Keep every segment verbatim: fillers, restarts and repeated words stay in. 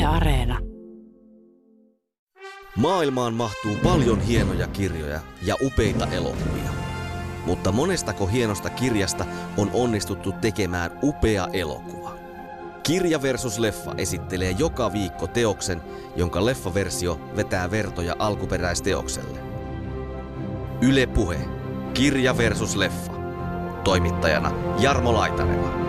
Areena. Maailmaan mahtuu paljon hienoja kirjoja ja upeita elokuvia. Mutta monestako hienosta kirjasta on onnistuttu tekemään upea elokuva? Kirja versus leffa esittelee joka viikko teoksen, jonka leffaversio vetää vertoja alkuperäisteokselle. Yle Puhe. Kirja versus leffa. Toimittajana Jarmo Laitaneva.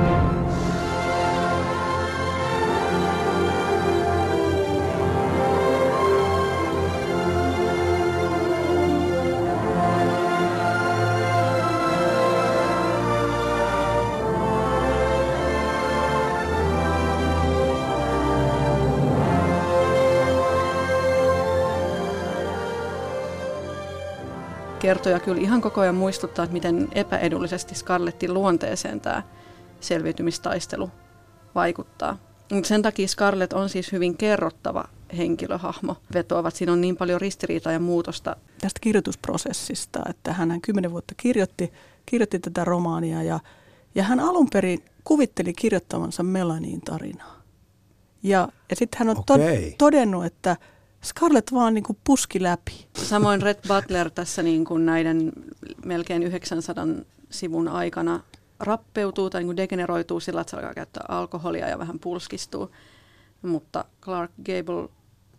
Kertoja kyllä ihan koko ajan muistuttaa, että miten epäedullisesti Scarlettin luonteeseen tämä selviytymistaistelu vaikuttaa. Mutta sen takia Scarlett on siis hyvin kerrottava henkilöhahmo. Vetoavat, siinä on niin paljon ristiriitaa ja muutosta. Tästä kirjoitusprosessista, että hän kymmenen vuotta kirjoitti, kirjoitti tätä romaania ja, ja hän alun perin kuvitteli kirjoittavansa Melanien tarinaa. Ja, ja sitten hän on okay. to, todennut, että Scarlett vaan niin kuin puski läpi. Samoin Rhett Butler tässä niin kuin näiden melkein yhdeksänsadan sivun aikana rappeutuu tai niin kuin degeneroituu sillä, että se alkaa käyttää alkoholia ja vähän pulskistuu. Mutta Clark Gable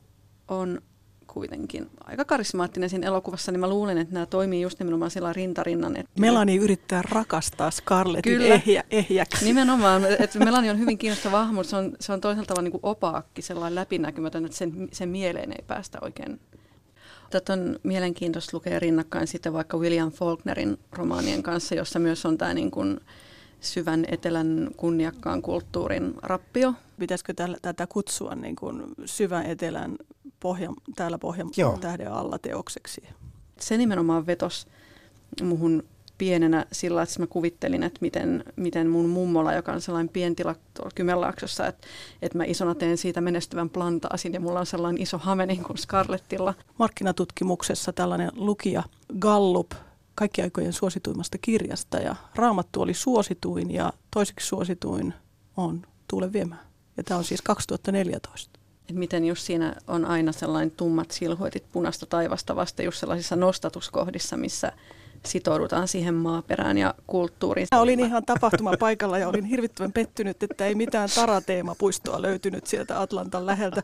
on kuitenkin aika karismaattinen siinä elokuvassa, niin mä luulen, että nämä toimii just nimenomaan sillä rintarinnan. Että Melanie yrittää rakastaa Scarlettin ehjä, ehjäksi. Nimenomaan, että Melanie on hyvin kiinnostava hahmo, mutta se on, se on toisaalta tavalla niin kuin opaakki, sellainen läpinäkymätön, että sen, sen mieleen ei päästä oikein. Tätä on mielenkiintoista lukea rinnakkain sitten vaikka William Faulknerin romaanien kanssa, jossa myös on tämä niin kuin syvän etelän kunniakkaan kulttuurin rappio. Pitäisikö tätä kutsua niin kuin syvän etelän pohjan, täällä Pohjan tähden alla teokseksi? Se nimenomaan vetosi muhun pienenä sillä, että mä kuvittelin, että miten, miten mun mummola, joka on sellainen pientila tuolla Kymenlaaksossa, että, että mä isona teen siitä menestyvän plantaasin ja mulla on sellainen iso hame niin kuin Scarlettilla. Markkinatutkimuksessa tällainen lukija Gallup kaikki aikojen suosituimmasta kirjasta ja Raamattu oli suosituin ja toiseksi suosituin on Tuulen viemä. Ja tämä on siis kaksituhattaneljätoista. Et miten just siinä on aina sellainen tummat silhuetit punaista taivasta vasta just sellaisissa nostatuskohdissa, missä sitoudutaan siihen maaperään ja kulttuuriin. Mä olin ihan tapahtumapaikalla ja olin hirvittävän pettynyt, että ei mitään Tara-teemapuistoa löytynyt sieltä Atlantan läheltä.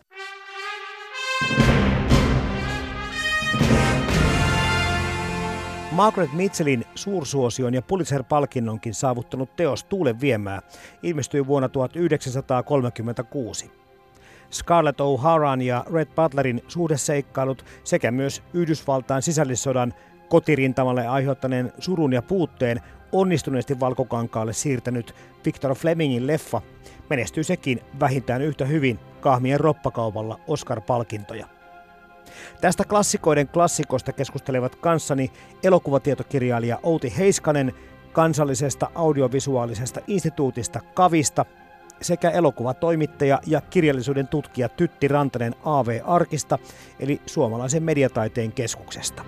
Margaret Mitchellin suursuosion ja Pulitzer-palkinnonkin saavuttanut teos Tuulen viemää ilmestyi vuonna tuhatyhdeksänsataakolmekymmentäkuusi. Scarlett O'Haran ja Rhett Butlerin suhdeseikkailut sekä myös Yhdysvaltain sisällissodan kotirintamalle aiheuttaneen surun ja puutteen onnistuneesti valkokankaalle siirtänyt Victor Flemingin leffa menestyi sekin vähintään yhtä hyvin kahmien roppakaupalla Oscar-palkintoja. Tästä klassikoiden klassikosta keskustelevat kanssani elokuvatietokirjailija Outi Heiskanen kansallisesta audiovisuaalisesta instituutista Kavista sekä elokuvatoimittaja ja kirjallisuuden tutkija Tytti Rantanen A V-arkista eli Suomalaisen mediataiteen keskuksesta.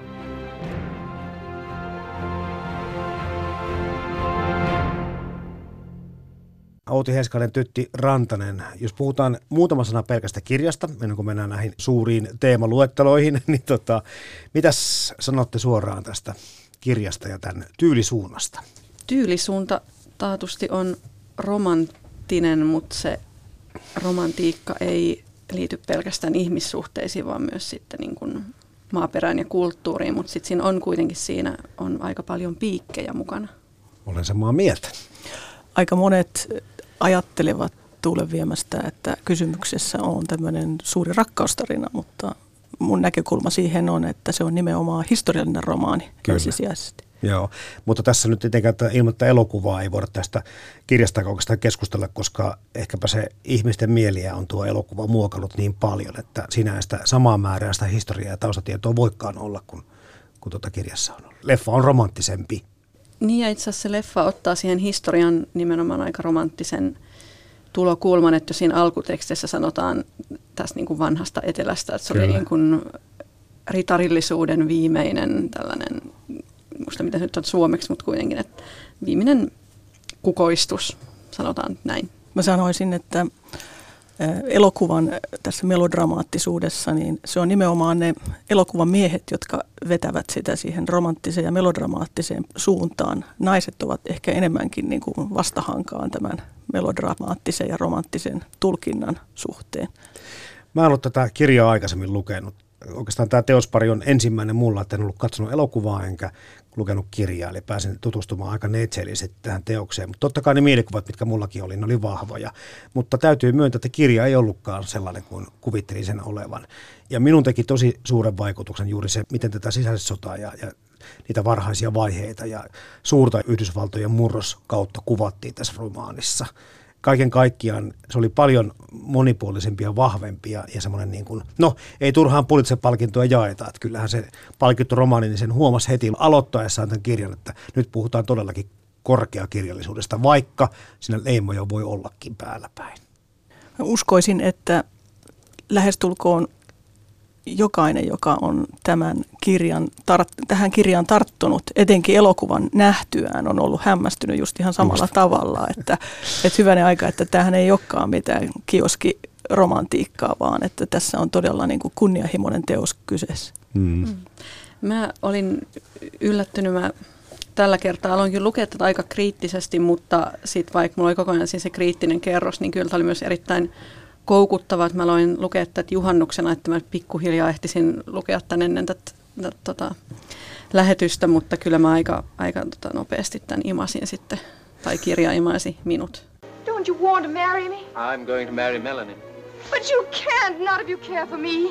Outi Heiskanen, Tytti Rantanen. Jos puhutaan muutama sana pelkästä kirjasta, ennen kuin mennään näihin suuriin teemaluetteloihin, niin tota, mitäs sanotte suoraan tästä kirjasta ja tämän tyylisuunnasta? Tyylisuunta taatusti on romanttinen, mutta se romantiikka ei liity pelkästään ihmissuhteisiin, vaan myös sitten niin kuin maaperään ja kulttuuriin, mutta sitten siinä on kuitenkin siinä on aika paljon piikkejä mukana. Olen samaa mieltä. Aika monet ajattelevat Tuulen viemästä, että kysymyksessä on tämmöinen suuri rakkaustarina, mutta mun näkökulma siihen on, että se on nimenomaan historiallinen romaani ensisijaisesti. Joo, mutta tässä nyt tietenkään ilman tätä elokuvaa ei voida tästä kirjasta oikeastaan keskustella, koska ehkäpä se ihmisten mieliä on tuo elokuva muokannut niin paljon, että siinä ei sitä samaa määrää sitä historiaa ja taustatietoa voikaan olla kuin, kuin tuota kirjassa on ollut. Leffa on romanttisempi. Niin ja itse asiassa se leffa ottaa siihen historian nimenomaan aika romanttisen tulokulman, että siinä alkutekstissä sanotaan tästä niin kuin vanhasta etelästä, että se Kyllä. oli niin kuin ritarillisuuden viimeinen tällainen, muista mitä se nyt on suomeksi, mutta kuitenkin, että viimeinen kukoistus, sanotaan näin. Mä sanoisin, että elokuvan tässä melodramaattisuudessa, niin se on nimenomaan ne elokuvan miehet, jotka vetävät sitä siihen romanttiseen ja melodramaattiseen suuntaan. Naiset ovat ehkä enemmänkin niin kuin vastahankaan tämän melodramaattisen ja romanttisen tulkinnan suhteen. Mä en ollut tätä kirjaa aikaisemmin lukenut. Oikeastaan tämä teospari on ensimmäinen mulla, että en ollut katsonut elokuvaa enkä lukenut kirjaa, eli pääsin tutustumaan aika neitsellisesti tähän teokseen. Mutta totta kai ne mielikuvat, mitkä mullakin oli, ne oli vahvoja. Mutta täytyy myöntää, että kirja ei ollutkaan sellainen kuin kuvittelin sen olevan. Ja minun teki tosi suuren vaikutuksen juuri se, miten tätä sisällissotaa ja, ja niitä varhaisia vaiheita ja suurta Yhdysvaltojen murroskautta kuvattiin tässä romaanissa. Kaiken kaikkiaan se oli paljon monipuolisempi ja vahvempi ja, ja semmoinen niin kuin, no ei turhaan Pulitzer-palkintoa jaeta, että kyllähän se palkittu romaani, niin sen huomasi heti aloittaessaan tämän kirjan, että nyt puhutaan todellakin korkeakirjallisuudesta, vaikka siinä leimoja voi ollakin päällä päin. Uskoisin, että lähestulkoon jokainen, joka on tämän kirjan, tar- tähän kirjaan tarttunut, etenkin elokuvan nähtyään, on ollut hämmästynyt just ihan samalla just. tavalla, että, että hyvänen aika, että tämähän ei olekaan mitään kioskiromantiikkaa, vaan että tässä on todella niin kuin kunnianhimoinen teos kyseessä. Mm. Mä olin yllättynyt, mä tällä kertaa aloinkin lukea tätä aika kriittisesti, mutta sitten vaikka mulla oli koko ajan se kriittinen kerros, niin kyllä tämä oli myös erittäin koukuttava, että mä aloin lukea tätä juhannuksena, että mä pikkuhiljaa ehtisin lukea tämän ennen tätä, tätä, tätä lähetystä, mutta kyllä mä aika, aika tota, nopeasti tämän imasin sitten, tai kirja imasi minut. Don't you want to marry me? I'm going to marry Melanie. But you can't, not if you care for me.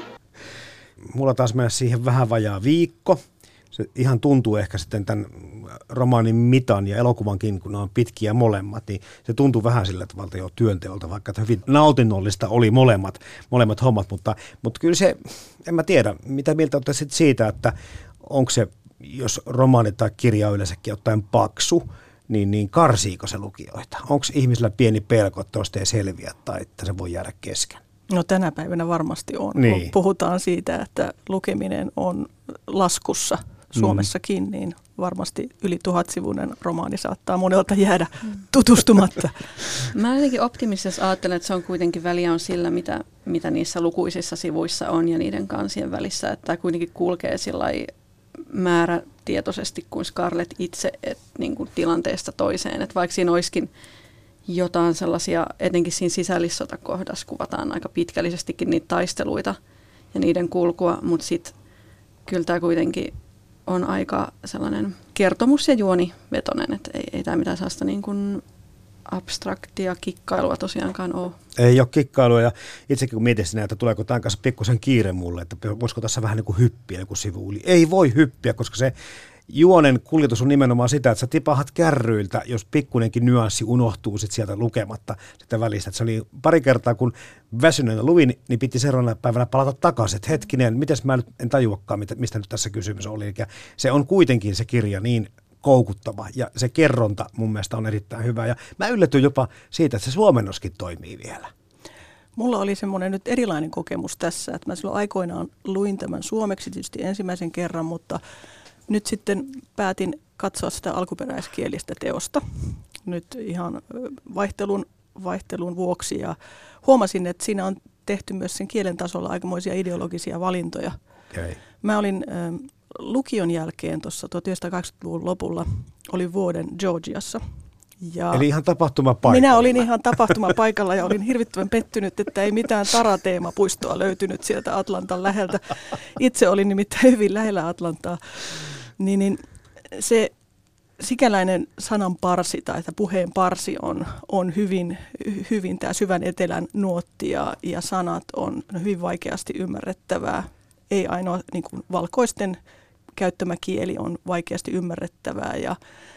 Mulla taas mennä siihen vähän vajaa viikko. Se ihan tuntuu ehkä sitten tämän romaanin mitan ja elokuvankin, kun ne on pitkiä molemmat, niin se tuntuu vähän sillä tavalla jo työnteolta, vaikka hyvin nautinnollista oli molemmat, molemmat hommat, mutta, mutta kyllä se, en mä tiedä, mitä mieltä olette sitten siitä, että onko se, jos romaani tai kirja yleensäkin ottaen paksu, niin, niin karsiiko se lukijoita? Onko ihmisillä pieni pelko, että tuosta ei selviä tai että se voi jäädä kesken? No tänä päivänä varmasti on. Niin. Kun puhutaan siitä, että lukeminen on laskussa Suomessakin, mm. niin varmasti yli tuhatsivuinen romaani saattaa monelta jäädä mm. tutustumatta. Mä jotenkin optimistisesti ajattelen, että se on kuitenkin väliä on sillä, mitä, mitä niissä lukuisissa sivuissa on ja niiden kansien välissä, että tämä kuitenkin kulkee sillai määrätietoisesti kuin Scarlett itse et, niin kuin tilanteesta toiseen, että vaikka siinä olisikin jotain sellaisia, etenkin siinä sisällissotakohdassa kuvataan aika pitkällisestikin niitä taisteluita ja niiden kulkua, mutta sitten kyllä tämä kuitenkin on aika sellainen kertomus- ja juonivetoinen, että ei, ei tämä mitään sellaista niin kuin abstraktia kikkailua tosiaankaan ole. Ei ole kikkailua ja itsekin kun mietin sinä, että tuleeko tämän kanssa pikkusen kiire mulle, että voisiko tässä vähän niin kuin hyppiä joku sivu yli. Ei voi hyppiä, koska se juonen kuljetus on nimenomaan sitä, että sä tipahat kärryiltä, jos pikkunenkin nyanssi unohtuu sit sieltä lukematta sitä välistä. Että se oli pari kertaa, kun väsyneenä luin, niin piti seuraavana päivänä palata takaisin. Että hetkinen, mites mä nyt en tajuakaan, mistä nyt tässä kysymys oli. Eli se on kuitenkin se kirja niin koukuttava ja se kerronta mun mielestä on erittäin hyvä. Ja mä yllätyin jopa siitä, että se suomennoskin toimii vielä. Mulla oli semmoinen nyt erilainen kokemus tässä, että mä silloin aikoinaan luin tämän suomeksi tietysti ensimmäisen kerran, mutta nyt sitten päätin katsoa sitä alkuperäiskielistä teosta nyt ihan vaihtelun, vaihtelun vuoksi ja huomasin, että siinä on tehty myös sen kielen tasolla aikamoisia ideologisia valintoja. Okay. Mä olin äh, lukion jälkeen tuossa tuhatyhdeksänsataakahdeksankymmentäluvun lopulla, olin vuoden Georgiassa. Ja eli ihan tapahtumapaikalla. Minä olin ihan tapahtumapaikalla ja olin hirvittävän pettynyt, että ei mitään Tarateema-puistoa löytynyt sieltä Atlantan läheltä. Itse olin nimittäin hyvin lähellä Atlantaa. Niin, niin se sikäläinen sanan parsi tai puheen parsi on, on hyvin, hyvin tämä syvän etelän nuotti ja, ja sanat on hyvin vaikeasti ymmärrettävää. Ei ainoa niin kuin valkoisten käyttämä kieli on vaikeasti ymmärrettävää ja,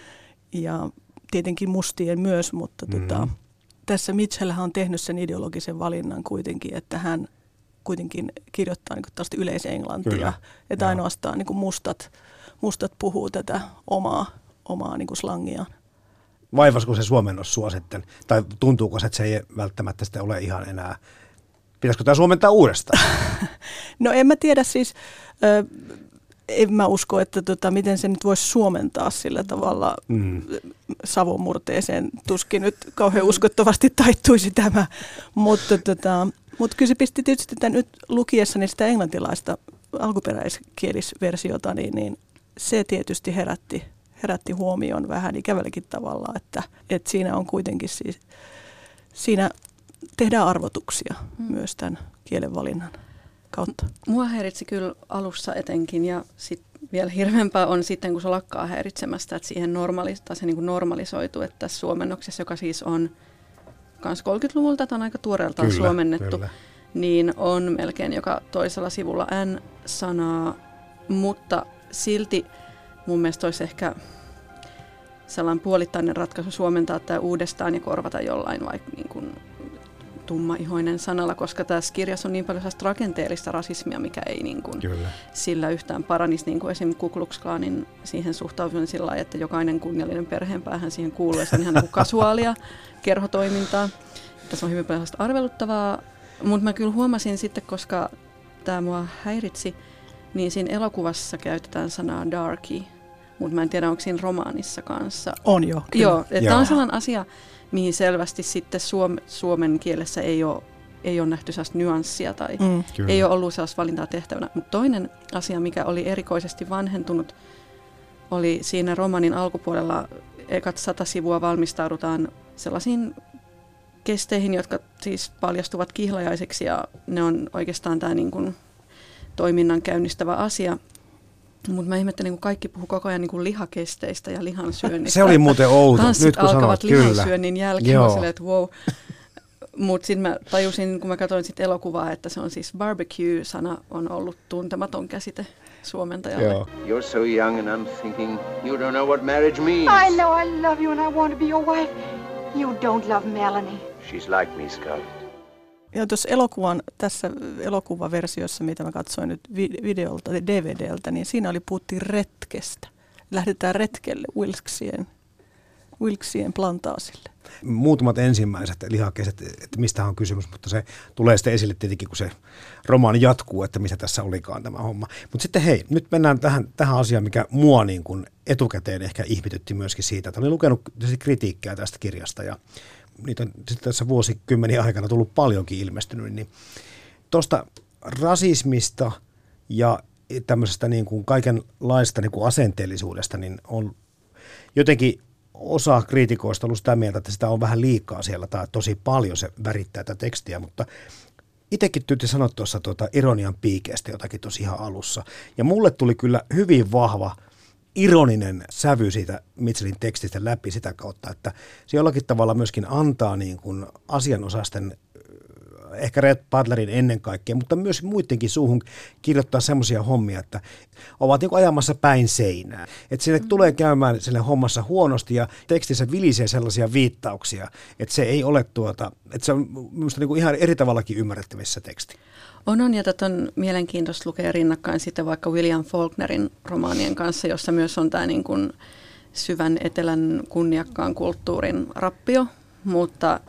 ja tietenkin mustien myös, mutta mm-hmm. tota, tässä Mitchellhän on tehnyt sen ideologisen valinnan kuitenkin, että hän kuitenkin kirjoittaa niin kuin tällaista yleisenglantia, Kyllä. että Joo. ainoastaan niin kuin mustat, mustat puhuu tätä omaa, omaa niin kuin slangiaan. Vaivasko se suomennos sua sitten, tai tuntuuko se, että se ei välttämättä sitten ole ihan enää, pitäisikö tämä suomentaa uudestaan? No en mä tiedä siis, ö, en mä usko, että tota, miten se nyt voisi suomentaa sillä tavalla mm. savomurteeseen. Tuskin nyt kauhean uskottavasti taittuisi tämä, mutta tota, mut kyllä se pisti tietysti tämän nyt lukiessani sitä englantilaista alkuperäiskielisversiota, niin, niin se tietysti herätti, herätti huomioon vähän ikävälläkin tavalla, että, että siinä on kuitenkin siis, siinä tehdään arvotuksia mm. myös tämän kielenvalinnan kautta. Mua häiritsi kyllä alussa etenkin ja sit vielä hirveämpää on sitten, kun se lakkaa häiritsemästä, että siihen normali- se niin kuin normalisoituu, että tässä suomennoksessa, joka siis on kans kolmekymmentäluvulta, tämä on aika tuoreeltaan kyllä, suomennettu, kyllä. Niin on melkein joka toisella sivulla N-sanaa, mutta silti mun mielestä olisi ehkä sellainen puolittainen ratkaisu suomentaa tämä uudestaan ja korvata jollain vaikka niin kuin tummaihoinen sanalla, koska tässä kirjassa on niin paljon rakenteellista rasismia, mikä ei niin kuin sillä yhtään paranisi, niin kuin esimerkiksi Ku Klux Klanin siihen suhtautuminen sillä lailla, että jokainen kunniallinen perheenpäähän siihen kuuluu, ja se on ihan niin kuin kasuaalia kerhotoimintaa. Tässä on hyvin paljon arveluttavaa, mutta mä kyllä huomasin sitten, koska tämä mua häiritsi, niin siinä elokuvassa käytetään sanaa darky, mutta mä en tiedä, onko siinä romaanissa kanssa. On jo, kyllä. Joo, että tämä on sellainen asia, mihin selvästi sitten suom, suomen kielessä ei ole, ei ole nähty sellaista nyanssia tai mm, ei ole ollut sellaista valintaa tehtävänä. Mutta toinen asia, mikä oli erikoisesti vanhentunut, oli siinä romanin alkupuolella ekat sata sivua valmistaudutaan sellaisiin kesteihin, jotka siis paljastuvat kihlajaiseksi ja ne on oikeastaan tämä niin kuin toiminnan käynnistävä asia. Mutta mä ihmettelin, kun kaikki puhuu koko ajan niin kuin lihakesteistä ja lihansyönnistä. Se oli muuten outo. Tanssit nyt kun alkavat sanot, lihansyönnin jälkeen. Mä silleen, että wow. Mutta sitten mä tajusin, kun mä katsoin sit elokuvaa, että se on siis barbecue-sana on ollut tuntematon käsite suomentajalle. Joo. You're so young and unthinking. You don't know what marriage means. I know I love you and I want to be your wife. You don't love Melanie. She's like me, Scarlett. Ja tuossa elokuvan, tässä elokuvaversiossa, mitä mä katsoin nyt videolta, D V D:ltä, niin siinä oli puhuttiin retkestä. Lähdetään retkelle Wilkesien, Wilkesien plantaasille. Muutamat ensimmäiset lihakeset, että mistä on kysymys, mutta se tulee sitten esille tietenkin, kun se romaani jatkuu, että missä tässä olikaan tämä homma. Mutta sitten hei, nyt mennään tähän, tähän asiaan, mikä mua niin kuin etukäteen ehkä ihmetytti myöskin siitä, että olin lukenut kritiikkiä tästä kirjasta ja niitä on sitten tässä vuosikymmeniä aikana tullut paljonkin ilmestynyt, niin tuosta rasismista ja tämmöisestä niin kuin kaikenlaista niin kuin asenteellisuudesta, niin on jotenkin osa kriitikoista ollut sitä mieltä, että sitä on vähän liikaa siellä tai tosi paljon se värittää tätä tekstiä, mutta itsekin tyyti sanoa tuossa tuota ironian piikeestä jotakin tosi ihan alussa. Ja mulle tuli kyllä hyvin vahva ironinen sävy siitä Mitchellin tekstistä läpi sitä kautta, että se jollakin tavalla myöskin antaa niin kuin asianosaisten, ehkä Red Butlerin ennen kaikkea, mutta myös muidenkin suuhun kirjoittaa semmoisia hommia, että ovat niin kuin ajamassa päin seinää. Että sinne mm. tulee käymään sille hommassa huonosti ja tekstissä vilisee sellaisia viittauksia, että se ei ole tuota, että se on minusta niin kuin ihan eri tavallakin ymmärrettävissä teksti. On, on, ja tätä on mielenkiintoista lukea rinnakkain sitten vaikka William Faulknerin romaanien kanssa, jossa myös on tämä niin kuin syvän etelän kunniakkaan kulttuurin rappio, mutta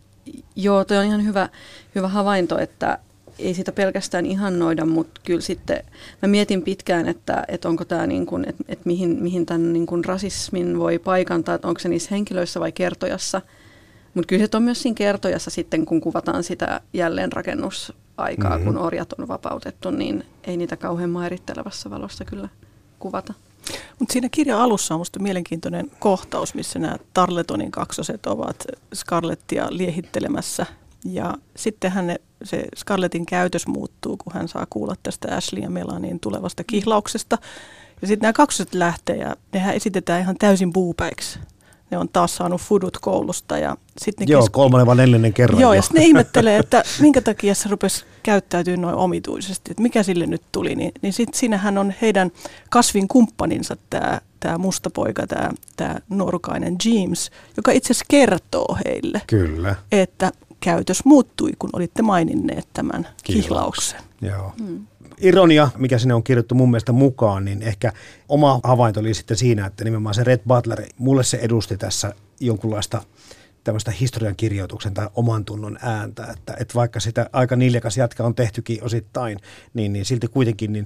joo, toi on ihan hyvä, hyvä havainto, että ei sitä pelkästään ihannoida, mutta kyllä sitten mä mietin pitkään, että, että onko tämä niin kuin, että, että mihin, mihin tämän niin kuin rasismin voi paikantaa, että onko se niissä henkilöissä vai kertojassa. Mutta kyllä se on myös siinä kertojassa sitten, kun kuvataan sitä jälleenrakennusaikaa, mm-hmm. kun orjat on vapautettu, niin ei niitä kauhean mairittelevassa valossa kyllä kuvata. Mutta siinä kirjan alussa on musta mielenkiintoinen kohtaus, missä nämä Tarletonin kaksoset ovat Scarlettia liehittelemässä. Ja sittenhän ne, se Scarletin käytös muuttuu, kun hän saa kuulla tästä Ashley ja Melanin tulevasta kihlauksesta. Ja sitten nämä kaksoset lähtee ja nehän esitetään ihan täysin puupäiksi. Ne on taas saanut fudut koulusta. Ja sit ne Joo, kesk... kolmannen vai neljännen kerran. Joo, jo. ja sitten ne ihmettelee, että minkä takia se rupesi käyttäytyy noin omituisesti, että mikä sille nyt tuli. Niin, niin sitten siinähän on heidän kasvin kumppaninsa tämä tää musta poika, tämä tää nuorukainen James, joka itse asiassa kertoo heille, Kyllä. että käytös muuttui, kun olitte maininneet tämän kihlauksen. Joo. Hmm. Ironia, mikä sinne on kirjoittu mun mielestä mukaan, niin ehkä oma havainto oli sitten siinä, että nimenomaan se Red Butler, mulle se edusti tässä jonkunlaista tämmöistä historian kirjoituksen tai oman tunnon ääntä, että, että vaikka sitä aika niljakas jatka on tehtykin osittain, niin, niin silti kuitenkin niin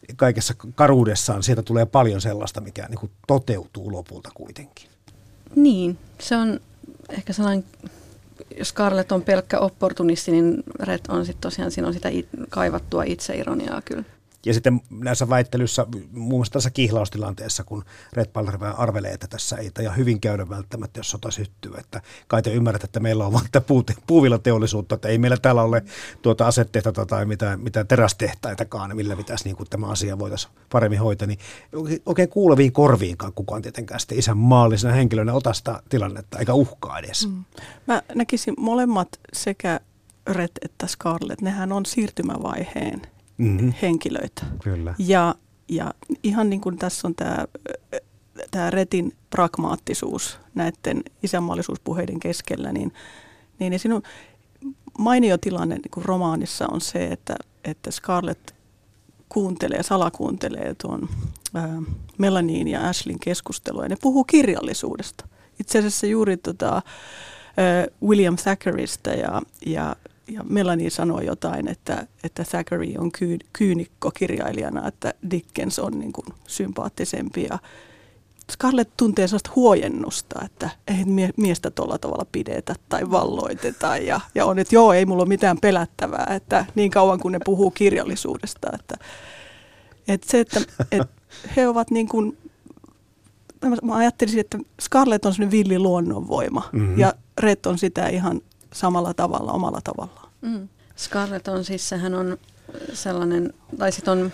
kaikessa karuudessaan sieltä tulee paljon sellaista, mikä niin kuin toteutuu lopulta kuitenkin. Niin, se on ehkä sellainen, jos Scarlett on pelkkä opportunisti, niin Red on sitten tosiaan, siinä on sitä it, kaivattua itseironiaa kyllä. Ja sitten näissä väittelyissä, muun muassa tässä kihlaustilanteessa, kun Red Butler arvelee, että tässä ei taida hyvin käydä välttämättä, jos sota syttyy. Että kai te ymmärrät, että meillä on vain puuvillateollisuutta, että ei meillä täällä ole tuota asetehtaita tai mitään, mitään terästehtaitakaan, millä pitäisi niin kuin tämä asia voitaisiin paremmin hoitaa. Niin oikein kuuleviin korviinkaan kukaan tietenkään sitten isänmaallisena henkilönä ota sitä tilannetta, eikä uhkaa edes. Mm. Mä näkisin molemmat sekä Red että Scarlett, nehän on siirtymävaiheen Mm-hmm. henkilöitä. Kyllä. Ja, ja ihan niin kuin tässä on tämä, tämä Redin pragmaattisuus näiden isänmaallisuuspuheiden keskellä, niin, niin siinä on mainio tilanne niin kuin romaanissa on se, että, että Scarlett kuuntelee, salakuuntelee tuon ää, Melanin ja Ashleyn keskustelua, ja ne puhuu kirjallisuudesta. Itse asiassa juuri tota, ää, William Thackeraysta ja, ja Ja Melanie sanoi jotain, että, että Thackeray on kyy, kyynikko kirjailijana, että Dickens on niin kuin sympaattisempi. Ja Scarlett tuntee sellaista huojennusta, että ei miestä tuolla tavalla pidetä tai valloiteta. Ja, ja on, että joo, ei mulla ole mitään pelättävää, että niin kauan kuin ne puhuu kirjallisuudesta. Että, että se, että, että he ovat niin kuin, mä ajattelisin, että Scarlett on sellainen villi luonnonvoima mm-hmm. ja Red on sitä ihan samalla tavalla, omalla tavallaan. Mm. Scarlett on siis, sehän on sellainen, tai sitten on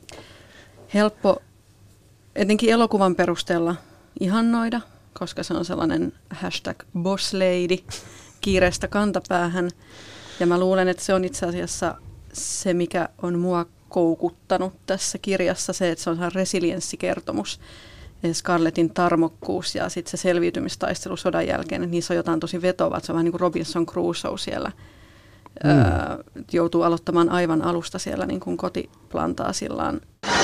helppo etenkin elokuvan perusteella ihannoida, koska se on sellainen hashtag boss lady, kiireestä kantapäähän. Ja mä luulen, että se on itse asiassa se, mikä on mua koukuttanut tässä kirjassa, se, että se on resilienssikertomus. Scarlettin tarmokkuus ja sitten se selviytymistaistelu sodan jälkeen, että niissä on jotain tosi vetovat. Se on vähän niin kuin Robinson Crusoe siellä. Mm. Öö, joutuu aloittamaan aivan alusta siellä niin kuin kotiplantaasilla.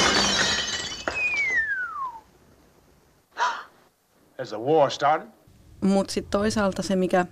Mutta sitten toisaalta se, mikä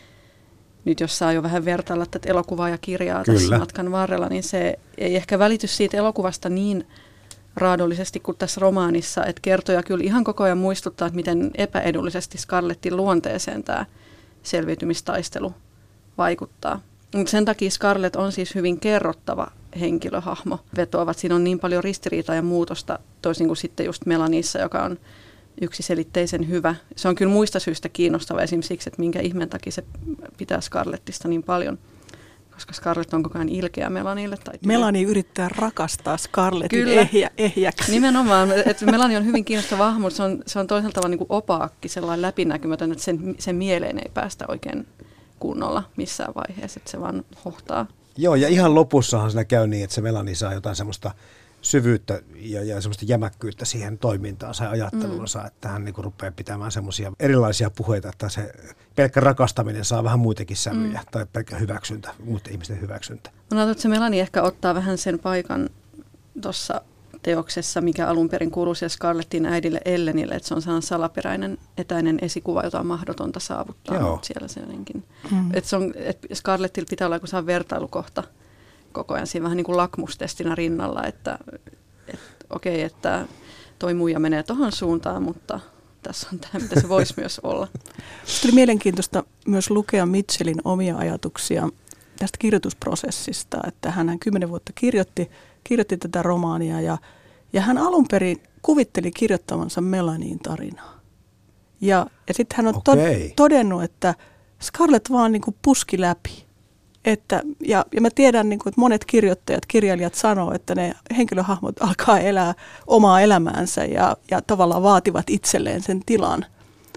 nyt jos saa jo vähän vertailla tätä elokuvaa ja kirjaa Kyllä. tässä matkan varrella, niin se ei ehkä välity siitä elokuvasta niin raadollisesti kuin tässä romaanissa, että kertoja kyllä ihan koko ajan muistuttaa, että miten epäedullisesti Scarlettin luonteeseen tämä selviytymistaistelu vaikuttaa. Mutta sen takia Scarlett on siis hyvin kerrottava henkilöhahmo. Vetoavat, siinä on niin paljon ristiriitaa ja muutosta, toisin kuin sitten just Melanissa, joka on yksiselitteisen hyvä. Se on kyllä muista syistä kiinnostava esimerkiksi siksi, että minkä ihmeen takia se pitää Scarlettista niin paljon. Koska Scarlett on koko ajan ilkeä Melanille. Tai Melanie yrittää rakastaa Scarlettin ehjä, ehjäksi. Nimenomaan. Että Melanie on hyvin kiinnostava hahmo, mutta se on, se on toisaalta tavalla niin kuin opaakki, sellainen läpinäkymätön, että sen, sen mieleen ei päästä oikein kunnolla missään vaiheessa, että se vaan hohtaa. Joo, ja ihan lopussahan siinä käy niin, että se Melanie saa jotain semmoista syvyyttä ja, ja semmoista jämäkkyyttä siihen toimintaansa ja ajatteluunsa, mm. että hän niin kuin rupeaa pitämään semmoisia erilaisia puheita, että se pelkkä rakastaminen saa vähän muitakin sävyjä mm. tai pelkkä hyväksyntä, muiden ihmisten hyväksyntä. Mä ajattelin, että se Melanie ehkä ottaa vähän sen paikan tuossa teoksessa, mikä alun perin kuuluu siellä Scarlettin äidille Ellenille, että se on sellainen salaperäinen etäinen esikuva, jota on mahdotonta saavuttaa. Joo. Siellä se jotenkin. Mm. Että se on, että Scarlettilla pitää olla joku sellainen vertailukohta koko ajan siinä vähän niin kuin lakmustestinä rinnalla, että, että okei, että toi muija menee tohon suuntaan, mutta tässä on tämä, mitä se voisi myös olla. Oli mielenkiintoista myös lukea Mitchellin omia ajatuksia tästä kirjoitusprosessista, että hän kymmenen vuotta kirjoitti, kirjoitti tätä romaania ja, ja hän alun perin kuvitteli kirjoittavansa Melanien tarinaa. Ja, ja sitten hän on to, todennut, että Scarlett vaan niin kuin puski läpi. Että, ja, ja mä tiedän, niin kuin, että monet kirjoittajat, kirjailijat sanoo, että ne henkilöhahmot alkaa elää omaa elämäänsä ja, ja tavallaan vaativat itselleen sen tilan.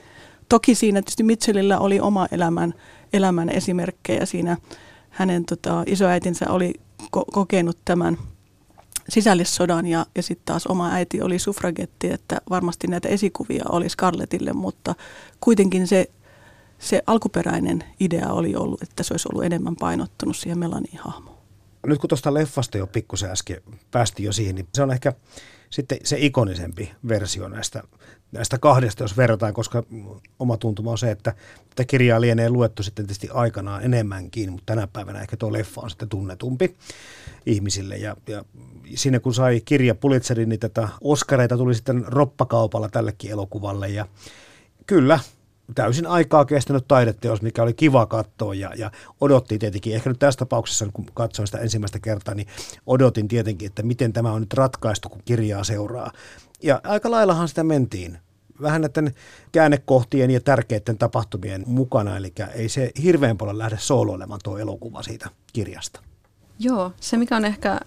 Toki siinä tietysti Mitchellillä oli oma elämän, elämän esimerkkejä. Siinä hänen tota, isoäitinsä oli ko- kokenut tämän sisällissodan ja, ja sitten taas oma äiti oli suffragetti, että varmasti näitä esikuvia oli Scarlettille, mutta kuitenkin se Se alkuperäinen idea oli ollut, että se olisi ollut enemmän painottunut siihen Melanie-hahmoon. Nyt kun tuosta leffasta jo pikkusen äsken päästiin jo siihen, niin se on ehkä sitten se ikonisempi versio näistä näistä kahdesta, jos verrataan, koska oma tuntuma on se, että tätä kirjaa lienee luettu sitten tietysti aikanaan enemmänkin, mutta tänä päivänä ehkä tuo leffa on sitten tunnetumpi ihmisille. Ja, ja siinä kun sai kirja Pulitzerin, niin tätä Oscareita tuli sitten roppakaupalla tällekin elokuvalle. Ja kyllä, täysin aikaa kestänyt taideteos, mikä oli kiva katsoa ja, ja odotti tietenkin, ehkä nyt tässä tapauksessa, kun katsoin sitä ensimmäistä kertaa, niin odotin tietenkin, että miten tämä on nyt ratkaistu, kun kirjaa seuraa. Ja aika laillahan sitä mentiin. Vähän näiden käännekohtien ja tärkeiden tapahtumien mukana, eli ei se hirveän paljon lähde sooloilemaan tuo elokuva siitä kirjasta. Joo, se mikä on ehkä,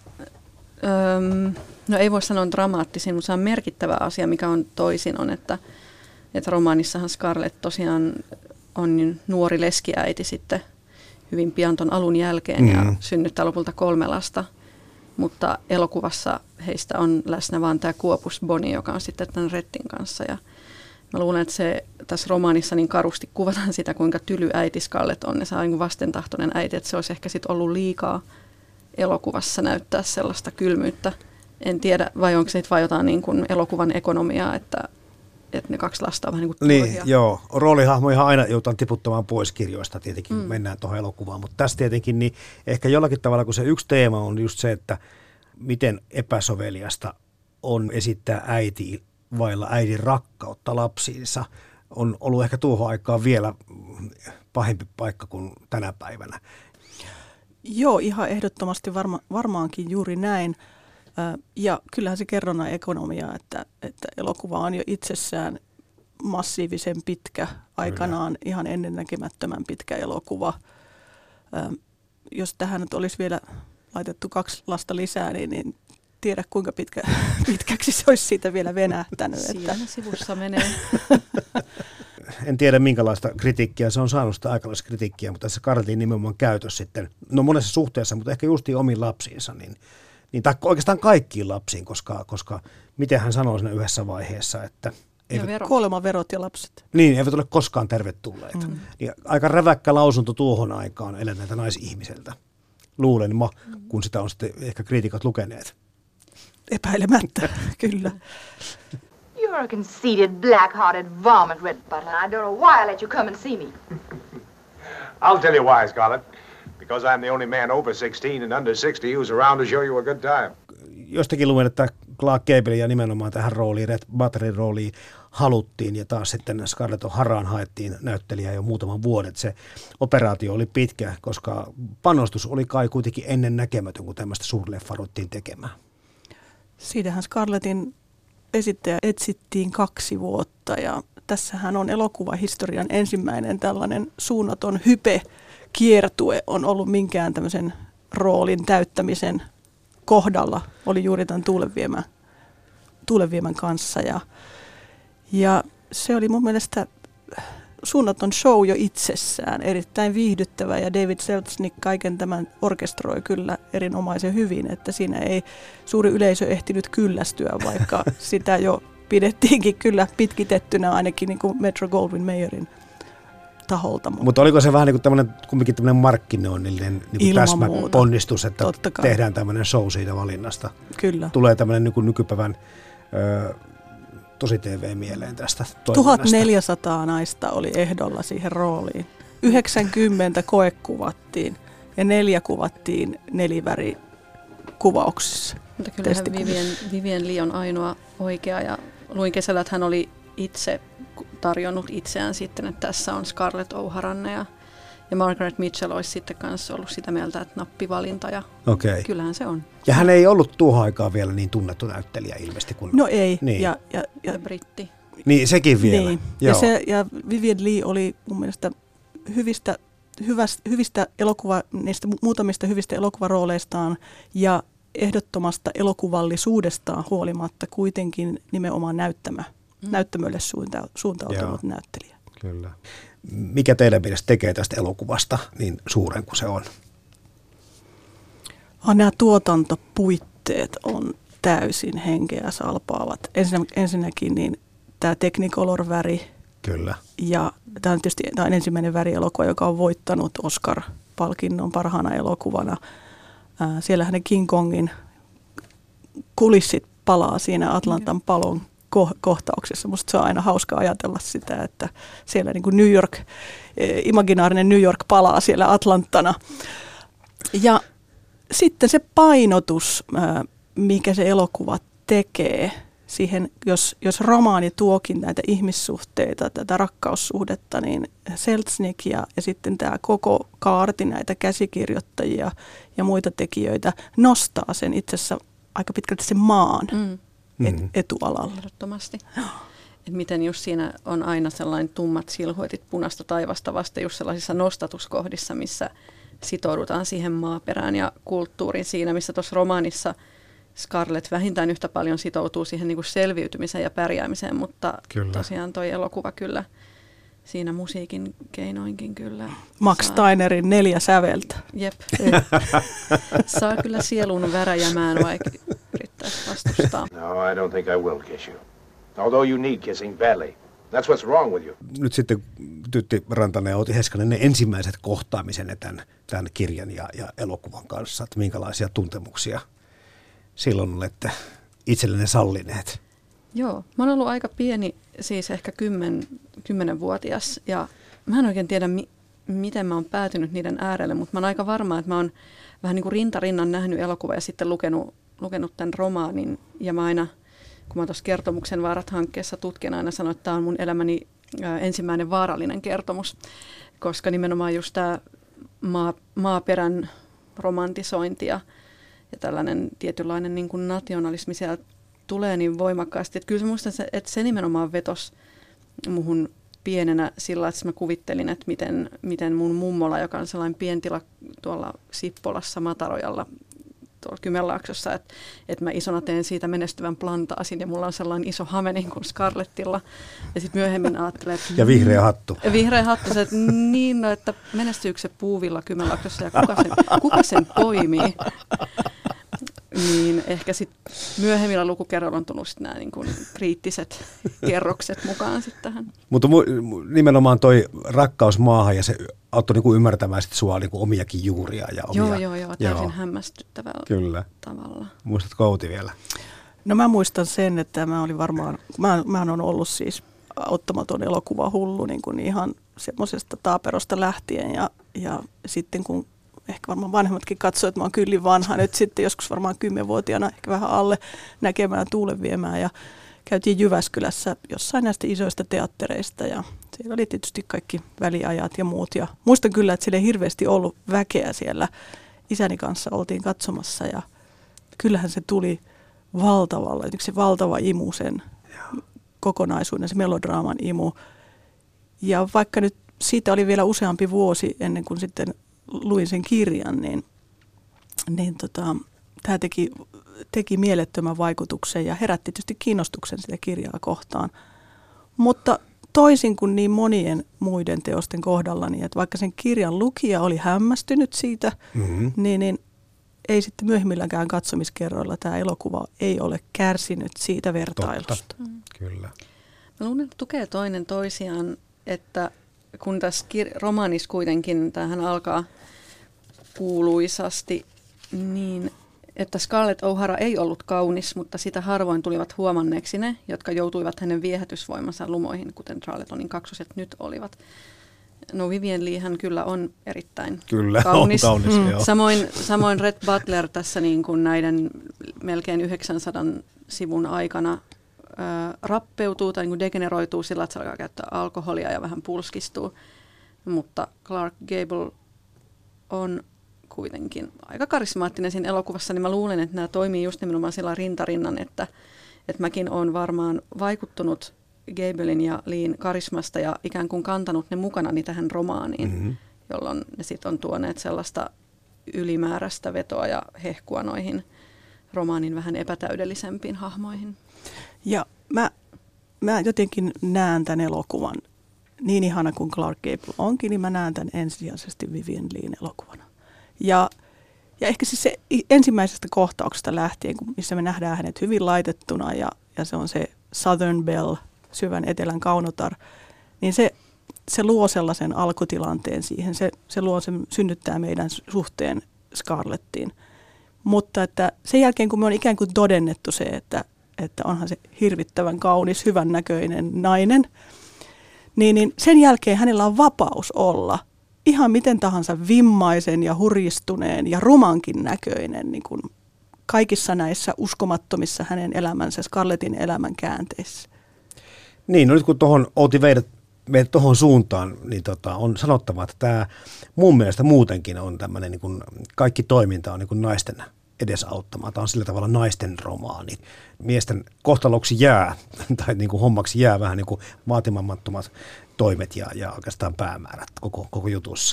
öm, no ei voi sanoa dramaattisin, mutta se on merkittävä asia, mikä on toisin, on, että, että romaanissahan Scarlett tosiaan on nuori leskiäiti sitten hyvin pian ton alun jälkeen mm. ja synnyttää lopulta kolme lasta. Mutta elokuvassa heistä on läsnä vaan tämä Kuopus Bonnie, joka on sitten tämän Rettin kanssa. Ja mä luulen, että se tässä romaanissa niin karusti kuvataan sitä, kuinka tyly äiti Scarlett on. Ja se on niin vastentahtoinen äiti, että se olisi ehkä sitten ollut liikaa elokuvassa näyttää sellaista kylmyyttä. En tiedä, vai onko se vai jotain niin kuin elokuvan ekonomiaa, että, että ne kaksi lasta on vähän niin kuin turhia. Niin, joo. Roolihahmoja aina joutaan tiputtamaan pois kirjoista, tietenkin mm. mennään tuohon elokuvaan. Mutta tässä tietenkin niin ehkä jollakin tavalla, kun se yksi teema on just se, että miten epäsoveliasta on esittää äiti vailla äidin rakkautta lapsiinsa, on ollut ehkä tuohon aikaan vielä pahempi paikka kuin tänä päivänä. Joo, ihan ehdottomasti varma, varmaankin juuri näin. Ja kyllähän se kerronnan ekonomia, että, että elokuva on jo itsessään massiivisen pitkä, aikanaan Kyllä. ihan ennennäkemättömän pitkä elokuva. Jos tähän nyt olisi vielä laitettu kaksi lasta lisää, niin, niin tiedä kuinka pitkä, pitkäksi se olisi siitä vielä venähtänyt. Siinä että. Sivussa menee. En tiedä minkälaista kritiikkiä se on saanut, sitä aikalaista kritiikkiä, mutta tässä Scarlettin nimenomaan käytös sitten, no monessa suhteessa, mutta ehkä justiin omiin lapsiinsa, niin, niin tai oikeastaan kaikkiin lapsiin, koska, koska miten hän sanoi siinä yhdessä vaiheessa, että eivät, kuolemaverot ja lapset. Niin, eivät ole koskaan tervetulleita. Mm. Niin aika räväkkä lausunto tuohon aikaan eläneeltä naisihmiseltä. Luulen mä, kun sitä on sitten ehkä kriitikot lukeneet. Epäilemättä, kyllä. You're a conceited, black-hearted varmint, Red Butler. I don't know why I let you come and see me. I'll tell you why, Scarlett. Because I'm the only man over sixteen and under sixty who's around to show you a good time. Jostakin luin, että Clark Gableia nimenomaan tähän rooliin, Red Butlerin rooliin haluttiin ja taas sitten Scarlett O'Haraan haettiin näyttelijää jo muutaman vuoden. Se operaatio oli pitkä, koska panostus oli kai kuitenkin ennen näkemätön, kun tämmöistä suurleffa ruvettiin tekemään. Siitähän Scarlettin esittäjä etsittiin kaksi vuotta ja tässähän on elokuvahistorian ensimmäinen tällainen suunnaton hype-kiertue on ollut minkään tämmöisen roolin täyttämisen kohdalla. Oli juuri tämän Tuulenviemän, Tuulenviemän kanssa ja, ja se oli mun mielestä suunnaton show jo itsessään, erittäin viihdyttävä ja David Selznick kaiken tämän orkestroi kyllä erinomaisen hyvin, että siinä ei suuri yleisö ehtinyt kyllästyä, vaikka sitä jo pidettiinkin kyllä pitkitettynä ainakin niin kuin Metro-Goldwyn-Mayerin taholta. Mutta oliko se vähän niin kuin tämmöinen, kumminkin tämmöinen markkinoinnillinen niin täsmäponnistus, että tehdään tämmöinen show siitä valinnasta? Kyllä. Tulee tämmöinen niin kuin nykypäivän Öö, tosi T V mieleen tästä toiminnasta. tuhatneljäsataa naista oli ehdolla siihen rooliin. yhdeksänkymmentä koekuvattiin ja neljä kuvattiin nelivärikuvauksissa. Mutta kyllähän Vivien, Vivien Lee on ainoa oikea ja luin kesällä, että hän oli itse tarjonnut itseään sitten, että tässä on Scarlett O'Haranne ja, ja Margaret Mitchell olisi sitten kanssa ollut sitä mieltä, että nappivalinta ja okay. Kyllähän se on. Ja hän ei ollut tuohon aikaan vielä niin tunnettu näyttelijä ilmeisesti kuin... No ei. Niin. Ja, ja, ja, ja britti. Niin, sekin vielä. Niin. Ja, se, ja Vivien Lee oli mun mielestä hyvistä, hyvästä, hyvistä elokuva, niistä muutamista hyvistä elokuvarooleistaan ja ehdottomasta elokuvallisuudestaan huolimatta kuitenkin nimenomaan näyttämä, mm. näyttämölle suunta, suuntautunut Joo. näyttelijä. Kyllä. Mikä teidän mielestä tekee tästä elokuvasta niin suuren kuin se on? Ah, nämä tuotantopuitteet on täysin henkeä salpaavat. Ensinnä, ensinnäkin niin tämä Technicolor-väri. Kyllä. Ja tämä on tietysti tämä on ensimmäinen värielokuva, joka on voittanut Oscar-palkinnon parhaana elokuvana. Ää, siellähän ne King Kongin kulissit palaa siinä Atlantan palon ko- kohtauksessa. Musta se on aina hauska ajatella sitä, että siellä niin kuin New York, imaginaarinen New York palaa siellä Atlantana. Ja sitten se painotus, mikä se elokuva tekee siihen, jos, jos romaani tuokin näitä ihmissuhteita, tätä rakkaussuhdetta, niin Selznick ja, ja sitten tämä koko kaarti näitä käsikirjoittajia ja muita tekijöitä nostaa sen itse asiassa aika pitkälti sen maan mm. et, etualalle. Ehdottomasti. Et miten just siinä on aina sellainen tummat silhuetit punaista taivasta vasta just sellaisissa nostatuskohdissa, missä sitoudutaan siihen maaperään ja kulttuuriin siinä, missä tuossa romaanissa Scarlett vähintään yhtä paljon sitoutuu siihen niin kuin selviytymiseen ja pärjäämiseen, mutta kyllä. Tosiaan toi elokuva kyllä siinä musiikin keinoinkin kyllä. Max saa. Steinerin neljä säveltä. Jep. Saa kyllä sielun väräjämään, vaikka yrittäisi vastustaa. No, I don't think I will kiss you. Although you need kissing badly. That's what's wrong with you. Nyt sitten Tytti Rantanen ja Outi Heiskanen, ne ensimmäiset kohtaamisenne tämän, tämän kirjan ja, ja elokuvan kanssa, että minkälaisia tuntemuksia silloin olette itsellenne sallineet? Joo, mä oon ollut aika pieni, siis ehkä kymmen, kymmenenvuotias ja mä en oikein tiedä, mi- miten mä oon päätynyt niiden äärelle, mutta mä oon aika varma, että mä oon vähän niin kuin rintarinnan nähnyt elokuva ja sitten lukenut, lukenut tämän romaanin ja mä aina, kun mä tuossa Kertomuksen vaarat-hankkeessa tutkin, aina sanoin, että tämä on mun elämäni ää, ensimmäinen vaarallinen kertomus, koska nimenomaan just tämä maa, maaperän romantisointi ja, ja tällainen tietynlainen niin kuin nationalismi siellä tulee niin voimakkaasti. Että kyllä muistan, että se nimenomaan vetosi muhun pienenä sillä, että mä kuvittelin, että miten, miten mun mummola, joka on sellainen pientila tuolla Sippolassa Matarojalla, tuolla Kymenlaaksossa, että, että mä isona teen siitä menestyvän plantaasin ja mulla on sellainen iso hame niin kuin Scarlettilla. Ja sitten myöhemmin ajattelee, että... Ja vihreä hattu. Ja vihreä hattu, se, että niin, no, että menestyykö se puuvilla Kymenlaaksossa ja kuka sen, kuka sen poimii? Niin ehkä sitten myöhemmillä lukukerroilla on tullut nämä niin kuin kriittiset kerrokset mukaan sitten tähän. Mutta mu- nimenomaan toi rakkaus maahan ja se auttoi niinku ymmärtämään sit sua niinku omiakin juuria ja omia... Joo, joo, joo, täysin joo. hämmästyttävällä Kyllä. tavalla. Muistatko Outi vielä? No mä muistan sen, että mä olin varmaan, mä, mä olen ollut siis auttamaton elokuvahullu niin kuin ihan semmoisesta taaperosta lähtien ja, ja sitten kun ehkä varmaan vanhemmatkin katsoivat, että mä oon kyllin vanha nyt sitten joskus varmaan kymmenvuotiaana, ehkä vähän alle näkemään Tuulen viemään ja käytiin Jyväskylässä jossain näistä isoista teattereista ja siellä oli tietysti kaikki väliajat ja muut ja muistan kyllä, että siellä ei hirveästi ollut väkeä siellä. Isäni kanssa oltiin katsomassa ja kyllähän se tuli valtavalla, se valtava imu sen kokonaisuuden, se melodraaman imu. Ja vaikka nyt siitä oli vielä useampi vuosi ennen kuin sitten luin sen kirjan, niin, niin tota, tämä teki, teki mielettömän vaikutuksen ja herätti tietysti kiinnostuksen sitä kirjaa kohtaan. Mutta toisin kuin niin monien muiden teosten kohdalla, niin että vaikka sen kirjan lukija oli hämmästynyt siitä, mm-hmm. niin, niin ei sitten myöhemmilläkään katsomiskerroilla tämä elokuva ei ole kärsinyt siitä vertailusta. Mm. Kyllä. Mä luulen, että tukee toinen toisiaan, että kun tässä kir- romaanissa kuitenkin tämähän alkaa kuuluisasti niin, että Scarlett O'Hara ei ollut kaunis, mutta sitä harvoin tulivat huomanneeksi ne, jotka joutuivat hänen viehätysvoimansa lumoihin, kuten Charletonin kaksoset nyt olivat. No Vivien Leigh kyllä on erittäin kyllä, kaunis. On kaunis mm. samoin, samoin Rhett Butler tässä niin kuin näiden melkein yhdeksänsadan sivun aikana ää, rappeutuu tai niin kuin degeneroituu sillä, että se alkaa käyttää alkoholia ja vähän pulskistuu. Mutta Clark Gable on kuitenkin aika karismaattinen siinä elokuvassa, niin mä luulen, että nämä toimii just nimenomaan sillä rintarinnan, että, että mäkin olen varmaan vaikuttunut Gablen ja Leighin karismasta ja ikään kuin kantanut ne mukanani tähän romaaniin, mm-hmm. jolloin ne sitten on tuoneet sellaista ylimääräistä vetoa ja hehkua noihin romaanin vähän epätäydellisempiin hahmoihin. Ja mä, mä jotenkin näen tämän elokuvan, niin ihana kuin Clark Gable onkin, niin mä näen tämän ensisijaisesti Vivien Leighin elokuvana. Ja, ja ehkä siis se ensimmäisestä kohtauksesta lähtien, missä me nähdään hänet hyvin laitettuna ja, ja se on se Southern Belle, syvän etelän kaunotar, niin se, se luo sellaisen alkutilanteen siihen. Se, se luo sen, synnyttää meidän suhteen Scarlettiin. Mutta että sen jälkeen, kun me on ikään kuin todennettu se, että, että onhan se hirvittävän kaunis, hyvännäköinen nainen. Niin, niin sen jälkeen hänellä on vapaus olla ihan miten tahansa vimmaisen ja hurjistuneen ja rumankin näköinen niin kuin kaikissa näissä uskomattomissa hänen elämänsä, Scarlettin elämän käänteissä. Niin, no nyt kun tuohon Outi veidät meidät tuohon suuntaan, niin tota, on sanottava, että tämä mun mielestä muutenkin on tämmöinen, niin kuin kaikki toiminta on niin kuin naisten edesauttamaa. Tämä on sillä tavalla naisten romaani. Miesten kohtaloksi jää, tai niin kuin hommaksi jää vähän niin kuin vaatimattomat toimet ja, ja oikeastaan päämäärät koko, koko jutussa.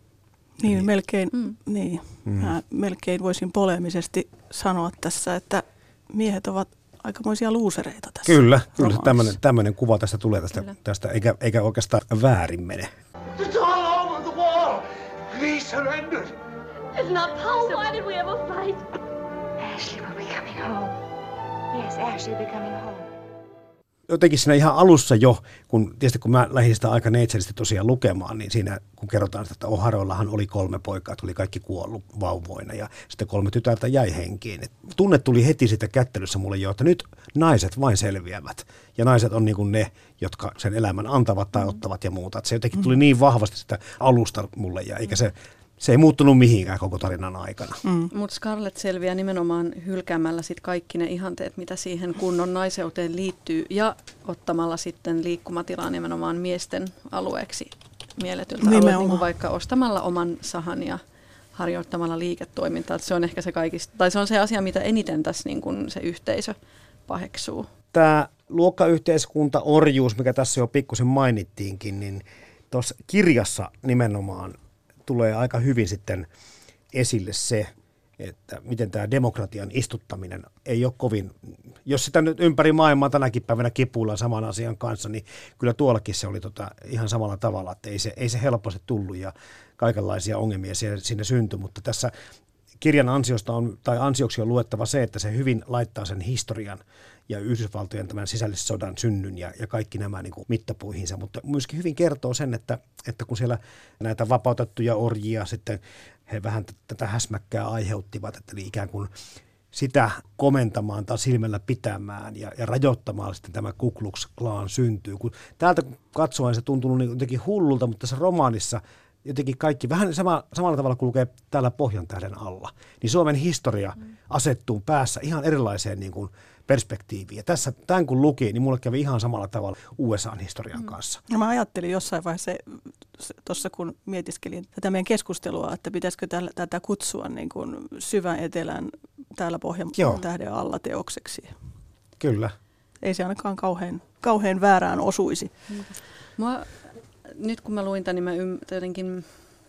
Niin, Eli, melkein, mm. niin. Mm. Mä melkein voisin poleemisesti sanoa tässä, että miehet ovat aikamoisia luusereita tässä. Kyllä, kyllä tämmöinen, tämmöinen kuva tästä tulee tästä, tästä eikä, eikä oikeastaan väärin mene. It's all over the wall. He surrendered. It's not possible. Why did we ever fight? Ashley will be coming home. Yes, Ashley will be coming home. Jotenkin siinä ihan alussa jo, kun tietysti kun mä lähdin sitä aika neitsellisesti tosiaan lukemaan, niin siinä kun kerrotaan sitä, että O'Harallahan oli kolme poikaa, että oli kaikki kuollut vauvoina ja sitten kolme tytärtä jäi henkiin. Et tunne tuli heti sitä kättelyssä mulle jo, että nyt naiset vain selviävät ja naiset on niin kuin ne, jotka sen elämän antavat tai ottavat ja muuta. Et se jotenkin tuli niin vahvasti sitä alusta mulle ja eikä se... Se ei muuttunut mihinkään koko tarinan aikana. Mm. Mutta Scarlett selviää nimenomaan hylkäämällä sit kaikki ne ihanteet, mitä siihen kunnon naiseuteen liittyy, ja ottamalla sitten liikkumatilaa nimenomaan miesten alueeksi mielletyltä alueelta, niin kuin vaikka ostamalla oman sahan ja harjoittamalla liiketoimintaa. Et se on ehkä se kaikista, tai se on se asia, mitä eniten tässä niin kun se yhteisö paheksuu. Tämä luokkayhteiskunta, orjuus, mikä tässä jo pikkusen mainittiinkin, niin tuossa kirjassa nimenomaan tulee aika hyvin sitten esille se, että miten tämä demokratian istuttaminen ei ole kovin, jos sitä nyt ympäri maailmaa tänäkin päivänä kipuillaan saman asian kanssa, niin kyllä tuollakin se oli tota ihan samalla tavalla, että ei se, ei se helposti tullut ja kaikenlaisia ongelmia siinä syntyi, mutta tässä kirjan ansiosta on, tai ansioksi on luettava se, että se hyvin laittaa sen historian ja Yhdysvaltojen tämän sisällissodan synnyn ja, ja kaikki nämä niin kuin mittapuihinsa, mutta myöskin hyvin kertoo sen, että, että kun siellä näitä vapautettuja orjia sitten he vähän t- tätä häsmäkkää aiheuttivat, että eli ikään kuin sitä komentamaan tai silmällä pitämään ja, ja rajoittamaan sitten tämä Ku Klux Klan syntyy. Kun täältä katsoen se tuntunut niin jotenkin hullulta, mutta tässä romaanissa jotenkin kaikki vähän sama, samalla tavalla kulkee täällä Pohjantähden alla. Niin Suomen historia mm. asettuu päässä ihan erilaiseen niin kuin perspektiiviin. Ja tässä, tämän kun luki, niin mulle kävi ihan samalla tavalla U S A:n historian mm. kanssa. No mä ajattelin jossain vaiheessa tuossa, kun mietiskelin tätä meidän keskustelua, että pitäisikö tällä, tätä kutsua niin kuin syvän etelän täällä Pohjantähden alla teokseksi. Kyllä. Ei se ainakaan kauhean, kauhean väärään osuisi. Mm. Mua, nyt kun mä luin tämän, niin mä ym, jotenkin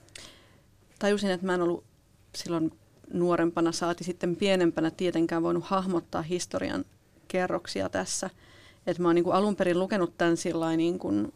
tajusin, että mä en ollut silloin nuorempana, saati sitten pienempänä tietenkään voinut hahmottaa historian kerroksia tässä. Että mä oon niin kuin alun perin lukenut tämän sillain niin kuin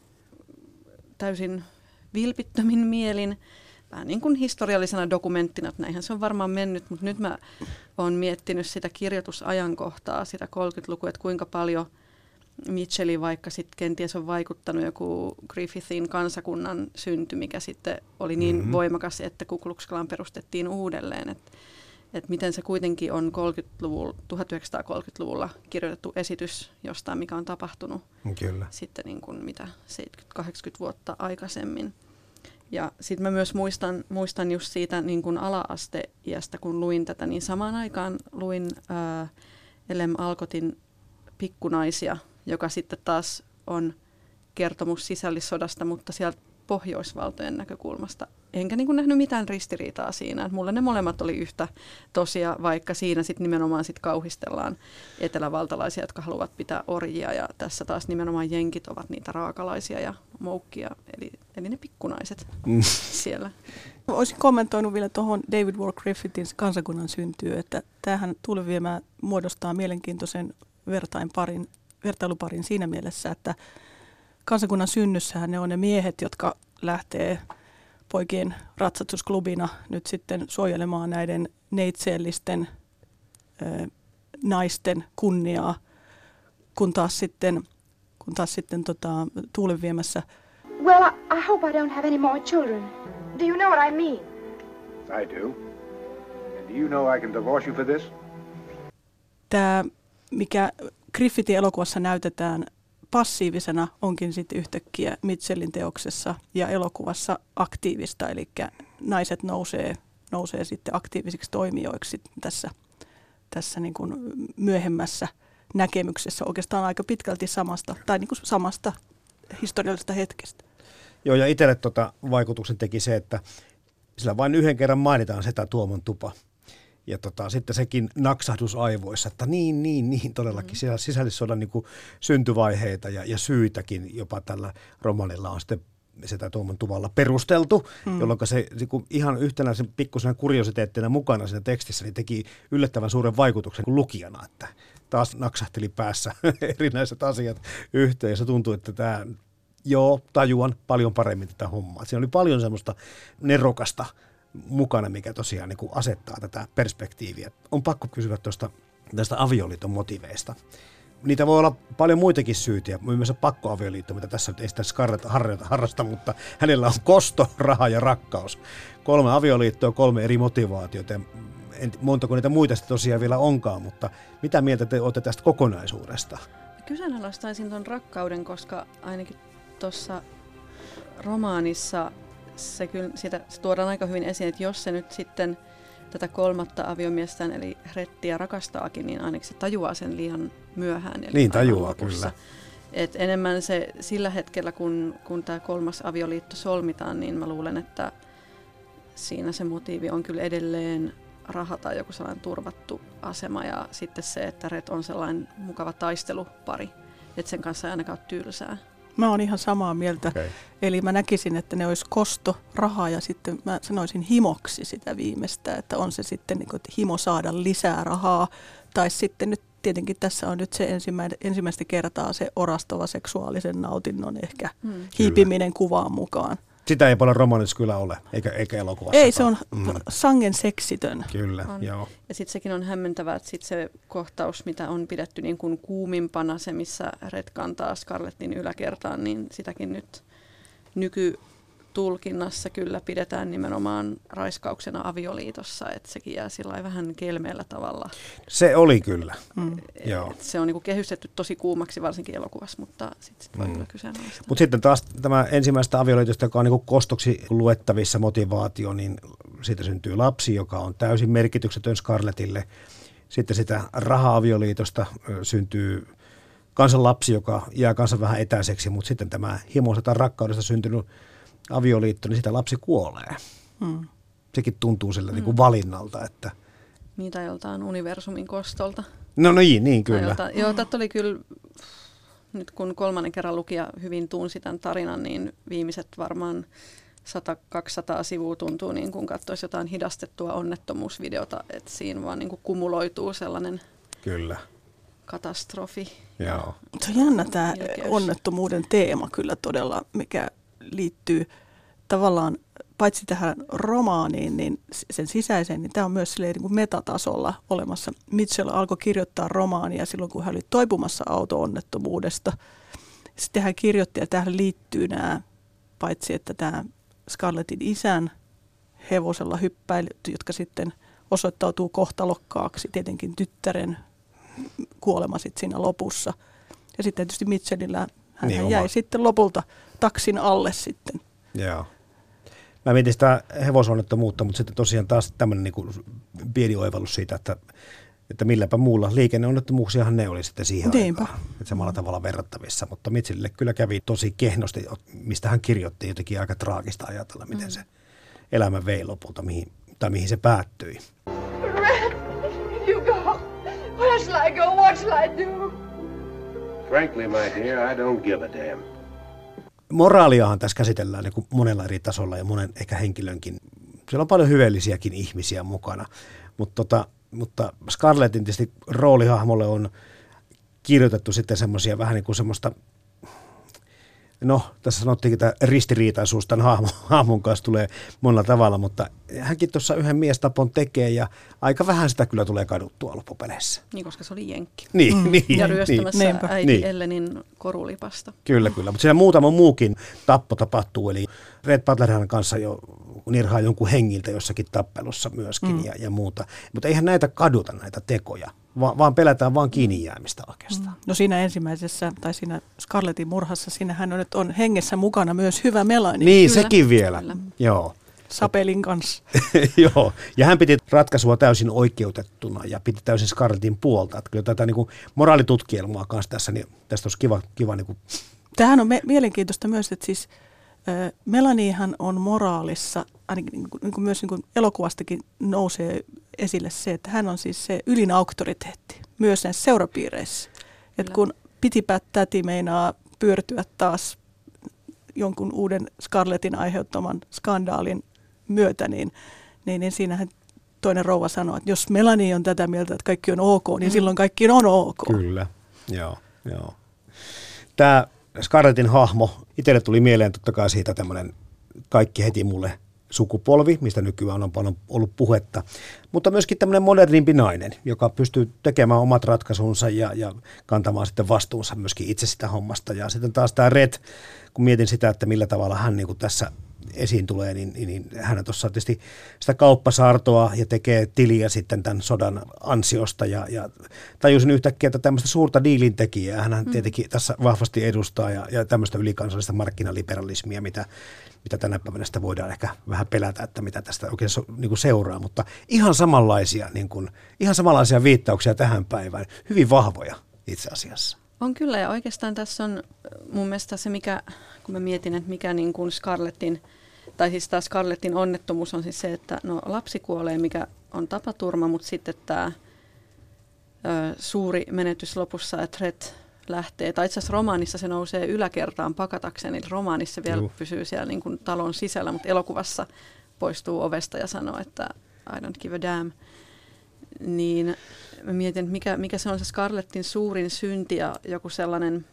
täysin vilpittömin mielin, vähän niin kuin historiallisena dokumenttina, että näinhän se on varmaan mennyt, mutta nyt mä oon miettinyt sitä kirjoitusajankohtaa, sitä kolmekymmentälukua, että kuinka paljon Mitchellin vaikka sitten kenties on vaikuttanut joku Griffithin kansakunnan synty, mikä sitten oli niin mm-hmm. voimakas, että Ku Klux Klan perustettiin uudelleen. Että et miten se kuitenkin on kolmekymmentäluvulla, tuhatyhdeksänsataakolmekymmentäluvulla kirjoitettu esitys jostain, mikä on tapahtunut Kyllä. sitten niin kuin mitä seitsemänkymmentä kahdeksankymmentä vuotta aikaisemmin. Ja sitten mä myös muistan, muistan just siitä niin kuin ala-asteiästä, kun luin tätä, niin samaan aikaan luin ää, L M Alcottin Pikkunaisia, joka sitten taas on kertomus sisällissodasta, mutta sieltä Pohjoisvaltojen näkökulmasta. Enkä niin kuin nähnyt mitään ristiriitaa siinä. Mulle ne molemmat oli yhtä tosia, vaikka siinä sitten nimenomaan sit kauhistellaan etelävaltalaisia, jotka haluavat pitää orjia. Ja tässä taas nimenomaan jenkit ovat niitä raakalaisia ja moukkia, eli, eli ne pikkunaiset mm. siellä. Olisin kommentoinut vielä tuohon David Ward Griffithin kansakunnan syntyy, että tämähän Tuulenviemä muodostaa mielenkiintoisen vertainparin, vertailuparin siinä mielessä, että kansakunnan synnyssähän ne on ne miehet, jotka lähtee poikien ratsastusklubina nyt sitten suojelemaan näiden neitseellisten ö, naisten kunniaa, kun taas sitten, kun taas sitten tota, Tuulenviemässä. Well, I, I hope I don't have any more children. Do you know what I mean? I do. And do you know I can divorce you for this? Tämä, mikä Griffithin elokuvassa näytetään passiivisena, onkin sitten yhtäkkiä Mitchellin teoksessa ja elokuvassa aktiivista, eli naiset nousee, nousee sitten aktiivisiksi toimijoiksi tässä, tässä niin kuin myöhemmässä näkemyksessä oikeastaan aika pitkälti samasta, tai niin kuin samasta historiallisesta hetkestä. Joo, ja itselle tota vaikutuksen teki se, että sillä vain yhden kerran mainitaan Setä Tuomon tupa. Ja tota, sitten sekin naksahdus aivoissa, että niin, niin, niin, todellakin mm. sisällissodan niin kuin syntyvaiheita ja, ja syitäkin jopa tällä romanilla on sitten Setä Tuomon tuvalla perusteltu, mm. jolloin se niin kuin ihan yhtenä sen pikkusena kuriositeettina mukana siinä tekstissä niin teki yllättävän suuren vaikutuksen lukijana, että taas naksahteli päässä erinäiset asiat yhteen ja se tuntui, että tämä, joo, tajuan paljon paremmin tätä hommaa. Siinä oli paljon semmoista nerokasta mukana, mikä tosiaan niin kuin asettaa tätä perspektiiviä. On pakko kysyä tuosta tästä avioliiton motiveista. Niitä voi olla paljon muitakin syytä, ja myös pakkoavioliitto, mitä tässä nyt ei sitä Scarlett harrasta, mutta hänellä on kosto, raha ja rakkaus. Kolme avioliittoa, kolme eri motivaatiota. En montako niitä muita sitten tosiaan vielä onkaan, mutta mitä mieltä te olette tästä kokonaisuudesta? Kyseenalaistaisin tuon rakkauden, koska ainakin tuossa romaanissa se kyllä sitä se tuodaan aika hyvin esiin, että jos se nyt sitten tätä kolmatta aviomiestään eli Rettiä rakastaakin, niin ainakin se tajuaa sen liian myöhään. Eli niin tajuaa kyllä. Et enemmän se sillä hetkellä, kun, kun tämä kolmas avioliitto solmitaan, niin mä luulen, että siinä se motiivi on kyllä edelleen raha tai joku sellainen turvattu asema ja sitten se, että Ret on sellainen mukava taistelupari, että sen kanssa ei ainakaan ole tylsää. Mä oon ihan samaa mieltä. Okay. Eli mä näkisin, että ne olisi kosto, rahaa ja sitten mä sanoisin himoksi sitä viimeistä, että on se sitten niin kuin, että himo saada lisää rahaa. Tai sitten nyt tietenkin tässä on nyt se ensimmäistä, ensimmäistä kertaa se orastava seksuaalisen nautinnon ehkä hmm. hiipiminen kuvaan mukaan. Sitä ei paljon romaanissa kyllä ole, eikä, eikä elokuvassa. Ei, se on mm. sangen seksitön. Kyllä, on. joo. Ja sitten sekin on hämmentävää, että sit se kohtaus, mitä on pidetty niin kuin kuumimpana, se missä Red kantaa Scarlettin yläkertaan, niin sitäkin nyt nykytulkinnassa kyllä pidetään nimenomaan raiskauksena avioliitossa, että sekin jää sillä vähän kelmeellä tavalla. Se oli kyllä, mm. Joo. Se on niin kuin kehystetty tosi kuumaksi varsinkin elokuvassa, mutta sitten sit voi mm. kyllä kyseenalaistaa. Mutta sitten taas tämä ensimmäistä avioliitosta, joka on niin kuin kostoksi luettavissa motivaatio, niin siitä syntyy lapsi, joka on täysin merkityksetön Scarlettille. Sitten sitä raha-avioliitosta syntyy kansan lapsi, joka jää kanssa vähän etäiseksi, mutta sitten tämä himoisesta rakkaudesta syntynyt avioliitto, niin sitä lapsi kuolee. Hmm. Sekin tuntuu sillä hmm. niin kuin valinnalta. Että niin, tai joltain universumin kostolta. No niin, niin kyllä. Joltain, joo, tätä oli kyllä, nyt kun kolmannen kerran lukija hyvin tunsi tämän tarinan, niin viimeiset varmaan sata kaksisataa sivua tuntuu niin kuin katsoisi jotain hidastettua onnettomuusvideota, että siinä vaan niin kuin kumuloituu sellainen kyllä. katastrofi. Joo. Se on jännä tämä onnettomuuden teema kyllä todella, mikä liittyy tavallaan paitsi tähän romaaniin, niin sen sisäiseen, niin tämä on myös silleen niin kuin metatasolla olemassa. Mitchell alkoi kirjoittaa romaania silloin, kun hän oli toipumassa auto-onnettomuudesta. Sitten hän kirjoitti, ja tähän liittyy nämä, paitsi että tämä Scarlettin isän hevosella hyppäilyt, jotka sitten osoittautuu kohtalokkaaksi, tietenkin tyttären kuolema sitten siinä lopussa. Ja sitten tietysti Mitchellillä hän niin jäi oma. Sitten lopulta taksin alle sitten. Joo. Mä mietin sitä hevosonnettomuutta, mutta sitten tosiaan taas tämmöinen niin kuin pieni oivallus siitä, että, että milläpä muulla liikenneonnettomuuksiahan ne oli sitten siihen Niinpä. aikaan. Että samalla tavalla verrattavissa, mutta Mitchellille kyllä kävi tosi kehnosti, mistä hän kirjoitti jotenkin aika traagista ajatella, miten mm. se elämä vei lopulta, mihin, tai mihin se päättyi. Red, you go. Where shall I go? What shall I do? Frankly, my dear, I don't give a damn. Moraaliahan tässä käsitellään niin kuin monella eri tasolla ja monen ehkä henkilönkin. Siellä on paljon hyveellisiäkin ihmisiä mukana, mutta, tota, mutta Scarlettin tietysti roolihahmolle on kirjoitettu sitten semmoisia vähän niin kuin semmoista, no tässä sanottiinkin, että ristiriitaisuus tämän hahmon, hahmon kanssa tulee monella tavalla, mutta hänkin tuossa yhden miestapon tekee ja aika vähän sitä kyllä tulee kaduttua loppupeleissä. Niin, koska se oli jenkki. Niin, mm. niin. Ja ryöstämässä niin. äiti niin. Ellenin korulipasta. Kyllä, kyllä, mutta siellä muutama muukin tappo tapahtuu, eli Red Butlerhan kanssa jo nirhaa jonkun hengiltä jossakin tappelussa myöskin mm. ja, ja muuta, mutta eihän näitä kaduta näitä tekoja Va- vaan pelätään vaan kiinni jäämistä oikeastaan. No siinä ensimmäisessä, tai siinä Scarletin murhassa, siinähän on, nyt on hengessä mukana myös hyvä Melanie. Niin, Kyllä. sekin vielä. Kyllä. Joo. Sapelin kanssa. Joo, ja hän piti ratkaisua täysin oikeutettuna ja piti täysin Scarletin puolta. Että kyllä tätä niin kuin moraalitutkielmaa kanssa tässä, niin tästä olisi kiva. kiva niin kuin. Tämähän on me- mielenkiintoista myös, että siis äh, Melaniehan on moraalissa, ainakin niin kuin, niin kuin myös niin kuin elokuvastakin nousee esille se, että hän on siis se ylin auktoriteetti myös näissä seurapiireissä. Että kun pitipät täti meinaa pyörtyä taas jonkun uuden Scarletin aiheuttaman skandaalin myötä, niin, niin, niin siinähän toinen rouva sanoo, että jos Melanie on tätä mieltä, että kaikki on ok, niin mm. silloin kaikki on ok. Kyllä, joo, joo. Tämä Scarletin hahmo, itselle tuli mieleen totta kai siitä tämmöinen kaikki heti mulle sukupolvi, mistä nykyään on paljon ollut puhetta, mutta myöskin tämmöinen modernimpi nainen, joka pystyy tekemään omat ratkaisunsa ja, ja kantamaan sitten vastuunsa myöskin itse sitä hommasta. Ja sitten taas tämä Red, kun mietin sitä, että millä tavalla hän niin kuin tässä esiin tulee, niin, niin hän tuossa tietysti sitä kauppasaartoa ja tekee tiliä sitten tämän sodan ansiosta ja, ja tajusin yhtäkkiä, että tämmöistä suurta diilin tekijää hän tietenkin tässä vahvasti edustaa ja, ja tämmöistä ylikansallista markkinaliberalismia, mitä, mitä tänä päivänä sitä voidaan ehkä vähän pelätä, että mitä tästä oikein so, niin kuin seuraa, mutta ihan samanlaisia, niin kuin, ihan samanlaisia viittauksia tähän päivään, hyvin vahvoja itse asiassa. On kyllä, ja oikeastaan tässä on mun mielestä se, mikä, kun mä mietin, että mikä niin kuin Scarletin, tai siis tämä Scarletin onnettomuus on siis se, että no lapsi kuolee, mikä on tapaturma, mutta sitten tämä ö, suuri menetys lopussa, että Red lähtee, tai itse asiassa romaanissa se nousee yläkertaan pakatakseen, eli romaanissa vielä Juh. pysyy siellä niin kuin talon sisällä, mutta elokuvassa poistuu ovesta ja sanoo, että I don't give a damn. Niin mä mietin, että mikä, mikä se on se Scarletin suurin synti ja joku sellainen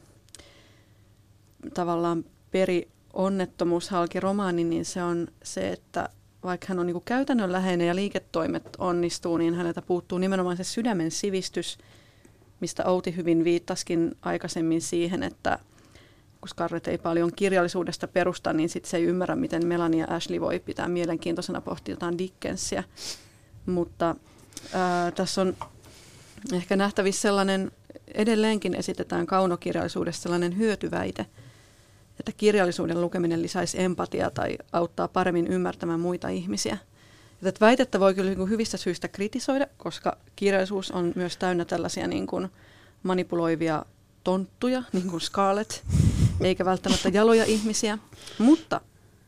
tavallaan perionnettomuus halki romaani, niin se on se, että vaikka hän on niin kuin käytännönläheinen ja liiketoimet onnistuu, niin häneltä puuttuu nimenomaan se sydämen sivistys, mistä Outi hyvin viittasikin aikaisemmin siihen, että kun Scarlett ei paljon kirjallisuudesta perusta, niin sitten se ei ymmärrä, miten Melanie ja Ashley voi pitää mielenkiintoisena pohtia jotain Dickensia. Mutta ää, tässä on ehkä nähtävissä sellainen, edelleenkin esitetään kaunokirjallisuudessa sellainen hyötyväite, että kirjallisuuden lukeminen lisäisi empatiaa tai auttaa paremmin ymmärtämään muita ihmisiä. Ja tätä väitettä voi kyllä hyvistä syistä kritisoida, koska kirjallisuus on myös täynnä tällaisia niin kuin manipuloivia tonttuja, niin kuin Scarlett, eikä välttämättä jaloja ihmisiä. Mutta,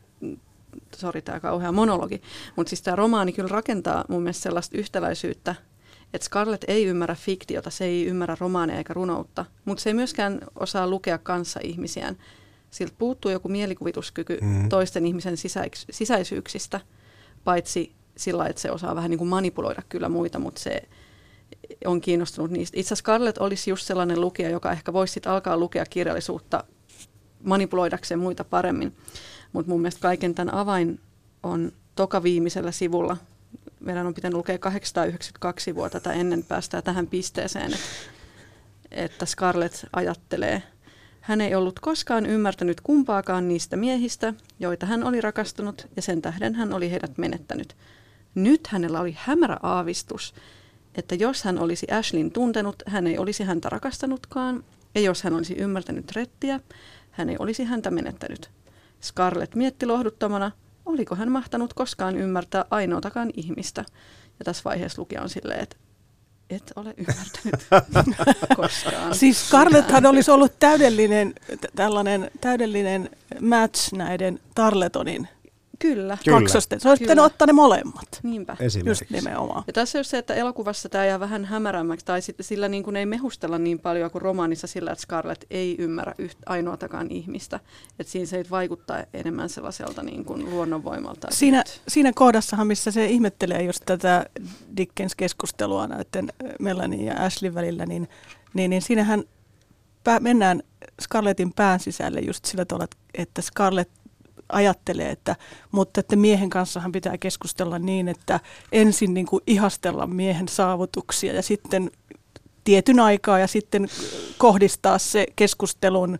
sori tämä kauhea monologi, mutta siis tämä romaani kyllä rakentaa mun mielestä sellaista yhtäläisyyttä, että Scarlett ei ymmärrä fiktiota, se ei ymmärrä romaaneja eikä runoutta, mutta se ei myöskään osaa lukea kanssa ihmisiään. Siltä puuttuu joku mielikuvituskyky mm. toisten ihmisen sisäis- sisäisyyksistä, paitsi sillä, että se osaa vähän niin kuin manipuloida kyllä muita, mutta se on kiinnostunut niistä. Itse asiassa Scarlett olisi just sellainen lukija, joka ehkä voisi sitten alkaa lukea kirjallisuutta manipuloidakseen muita paremmin. Mutta mun mielestä kaiken tämän avain on toka viimeisellä sivulla. Meidän on pitänyt lukea kahdeksansataayhdeksänkymmentäkaksi sivua tätä ennen päästään tähän pisteeseen, että, että Scarlett ajattelee. Hän ei ollut koskaan ymmärtänyt kumpaakaan niistä miehistä, joita hän oli rakastunut, ja sen tähden hän oli heidät menettänyt. Nyt hänellä oli hämärä aavistus, että jos hän olisi Ashleyn tuntenut, hän ei olisi häntä rakastanutkaan, ja jos hän olisi ymmärtänyt Rettiä, hän ei olisi häntä menettänyt. Scarlett mietti lohduttomana, oliko hän mahtanut koskaan ymmärtää ainoatakaan ihmistä. Ja tässä vaiheessa lukija on silleen, että et ole ymmärtänyt koskaan. Siis Scarletthan olisi ollut täydellinen, tällainen täydellinen match näiden Tarletonin Kyllä. kaksosten. Se olisi pitänyt ottaa ne molemmat. Niinpä. Just nimenomaan. Ja tässä on se, että elokuvassa tämä jää vähän hämärämmäksi, tai sitten sillä niin kuin ei mehustella niin paljon kuin romaanissa sillä, että Scarlett ei ymmärrä yhtä ainoatakaan ihmistä. Että siinä se vaikuttaa enemmän sellaiselta niin kuin luonnonvoimalta. Siinä, siinä kohdassahan, missä se ihmettelee just tätä Dickens-keskustelua näiden Melanie ja Ashley välillä, niin, niin, niin siinähän pää, mennään Scarlettin pään sisälle just sillä tavalla, että Scarlett ajattelee, että, mutta että miehen kanssahan pitää keskustella niin, että ensin niin kuin ihastella miehen saavutuksia ja sitten tietyn aikaa ja sitten kohdistaa se keskustelun,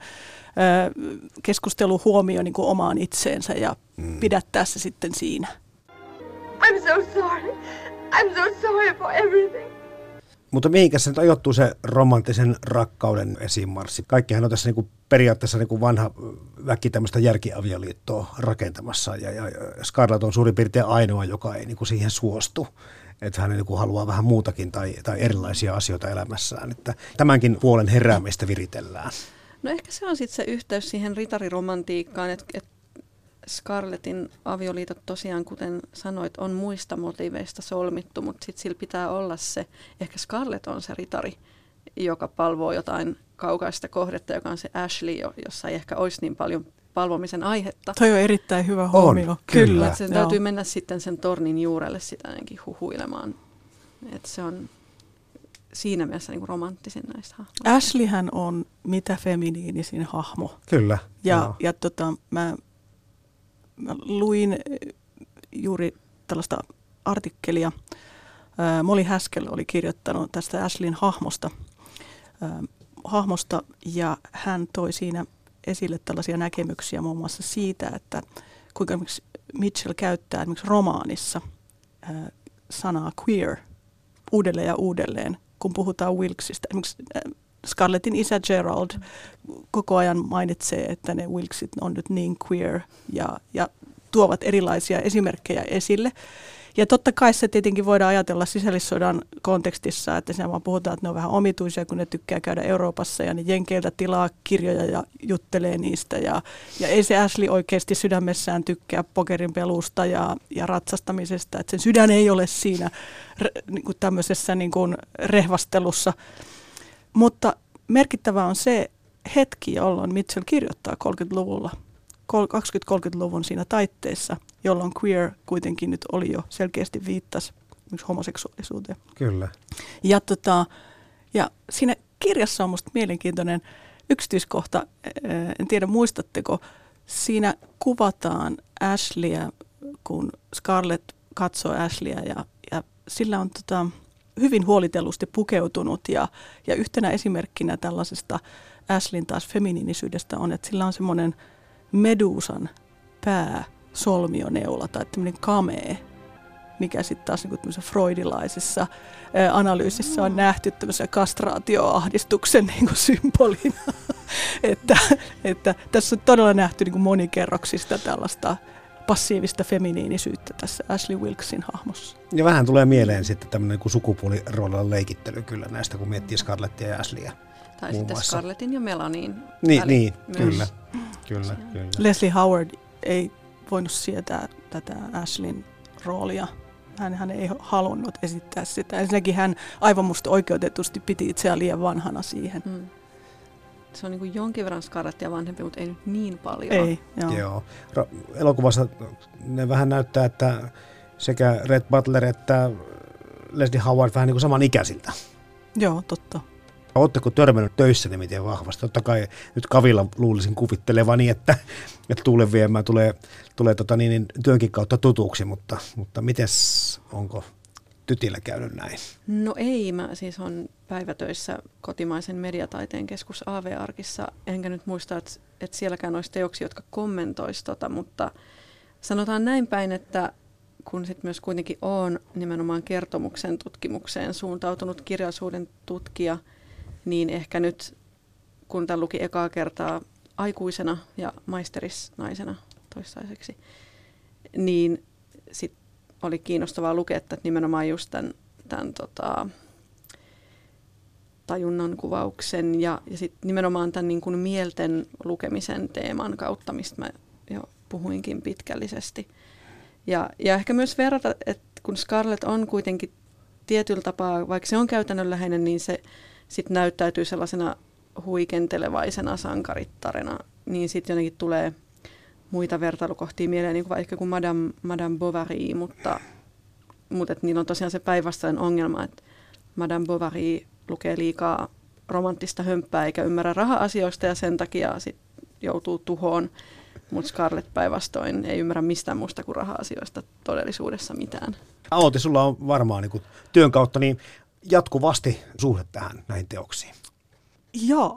keskustelu huomio niin kuin omaan itseensä ja mm. pidättää se sitten siinä. I'm so sorry. I'm so sorry for everything. Mutta mihinkä se nyt ajoittuu se romanttisen rakkauden esimarssi? Kaikkihan on tässä niin kuin periaatteessa niin kuin vanha väki tämmöistä järkiavioliittoa rakentamassa ja, ja Scarlett on suurin piirtein ainoa, joka ei niin kuin siihen suostu. Että hän niin kuin haluaa vähän muutakin tai, tai erilaisia asioita elämässään. Että tämänkin puolen heräämistä viritellään. No ehkä se on sitten se yhteys siihen ritariromantiikkaan, että et Scarlettin avioliitot tosiaan, kuten sanoit, on muista motiiveista solmittu, mutta sitten sillä pitää olla se, ehkä Scarlett on se ritari, joka palvoo jotain kaukaista kohdetta, joka on se Ashley, jossa ei ehkä olisi niin paljon palvomisen aihetta. Toi on erittäin hyvä huomio. On, kyllä. kyllä. Sen täytyy mennä sitten sen tornin juurelle sitä ainakin huhuilemaan. Et se on siinä mielessä niin kuin romanttisin näistä hahmoista. Ashleyhän on mitä feminiinisin hahmo. Kyllä. Ja, no. ja tota, mä, mä luin juuri tällaista artikkelia. Molly Haskell oli kirjoittanut tästä Ashleyn hahmosta, hahmosta ja hän toi siinä esille tällaisia näkemyksiä muun muassa siitä, että kuinka esimerkiksi Mitchell käyttää esimerkiksi romaanissa ää, sanaa queer uudelleen ja uudelleen, kun puhutaan Wilkesista. Esimerkiksi ää, Scarlettin isä Gerald koko ajan mainitsee, että ne Wilkesit on nyt niin queer ja, ja tuovat erilaisia esimerkkejä esille. Ja totta kai se tietenkin voidaan ajatella sisällissodan kontekstissa, että siinä vaan puhutaan, että ne on vähän omituisia, kun ne tykkää käydä Euroopassa ja ne jenkeiltä tilaa kirjoja ja juttelee niistä. Ja, ja ei se Ashley oikeasti sydämessään tykkää pokerin pelusta ja, ja ratsastamisesta, että sen sydän ei ole siinä niin kuin tämmöisessä niin kuin rehvastelussa. Mutta merkittävä on se hetki, jolloin Mitchell kirjoittaa kolmekymmentäluvulla. kaksikymmentä-kolmekymmentäluvun siinä taitteessa, jolloin queer kuitenkin nyt oli jo selkeästi viittasi homoseksuaalisuuteen. Kyllä. Ja, tota, ja siinä kirjassa on musta mielenkiintoinen yksityiskohta, en tiedä muistatteko, siinä kuvataan Ashleyä, kun Scarlett katsoo Ashleyä ja, ja sillä on tota, hyvin huolitellusti pukeutunut ja, ja yhtenä esimerkkinä tällaisesta Ashleyn taas feminiinisyydestä on, että sillä on semmoinen Medusan pää solmioneula tai tämmöinen kamee, mikä sitten taas niin freudilaisessa ää, analyysissä on nähty tämmöisen kastraatioahdistuksen niin kuin symbolina. että, että tässä on todella nähty niin kuin monikerroksista tällaista passiivista feminiinisyyttä tässä Ashley Wilkesin hahmossa. Ja vähän tulee mieleen sitten tämmöinen niin sukupuoliroolilla leikittely kyllä näistä, kun miettii Scarlettia ja Ashleyä. Tai sitten Scarlettin ja Melanin Niin, väli niin myös. kyllä, kyllä, kyllä. Leslie Howard ei voinut sietää tätä Ashleyn roolia. Hän, hän ei halunnut esittää sitä. Ensinnäkin hän aivan musta oikeutetusti piti itseään liian vanhana siihen. Mm. Se on niin kuin jonkin verran Scarlettia vanhempi, mutta ei nyt niin paljon. Ei, joo. joo. Elokuvassa ne vähän näyttää, että sekä Red Butler että Leslie Howard vähän niin kuin samanikäisiltä. Joo, totta. Oletteko törmännyt töissäni miten vahvasti? Totta kai nyt Kavilla luulisin kuvittelevani, että, että Tuulen viemään tulee, tulee tota niin, niin työnkin kautta tutuksi, mutta, mutta mites, onko tytillä käynyt näin? No ei, mä siis on päivätöissä kotimaisen mediataiteen keskus A V-arkissa, enkä nyt muista, että, että sielläkään olisi teoksia, jotka kommentoisi tota, mutta sanotaan näin päin, että kun sitten myös kuitenkin olen nimenomaan kertomuksen tutkimukseen suuntautunut kirjallisuuden tutkija, niin ehkä nyt, kun tämän luki ekaa kertaa aikuisena ja maisterisnaisena toistaiseksi, niin sitten oli kiinnostavaa lukea, että nimenomaan just tämän, tämän tota, tajunnan kuvauksen ja, ja sitten nimenomaan tämän niin kuin mielten lukemisen teeman kautta, mistä mä jo puhuinkin pitkällisesti. Ja, ja ehkä myös verrata, että kun Scarlett on kuitenkin tietyllä tapaa, vaikka se on käytännönläheinen, niin se sitten näyttäytyy sellaisena huikentelevaisena sankarittarena, niin sitten jotenkin tulee muita vertailukohtia mieleen, niin kuin vaikka kuin Madame, Madame Bovary, mutta, mutta niillä on tosiaan se päinvastainen ongelma, että Madame Bovary lukee liikaa romanttista hömppää eikä ymmärrä raha-asioista ja sen takia sit joutuu tuhoon, mutta Scarlett päinvastoin ei ymmärrä mistään muusta kuin raha-asioista todellisuudessa mitään. Outi, sulla on varmaan niin kuin työn kautta niin jatkuvasti suhde tähän näihin teoksiin. Joo,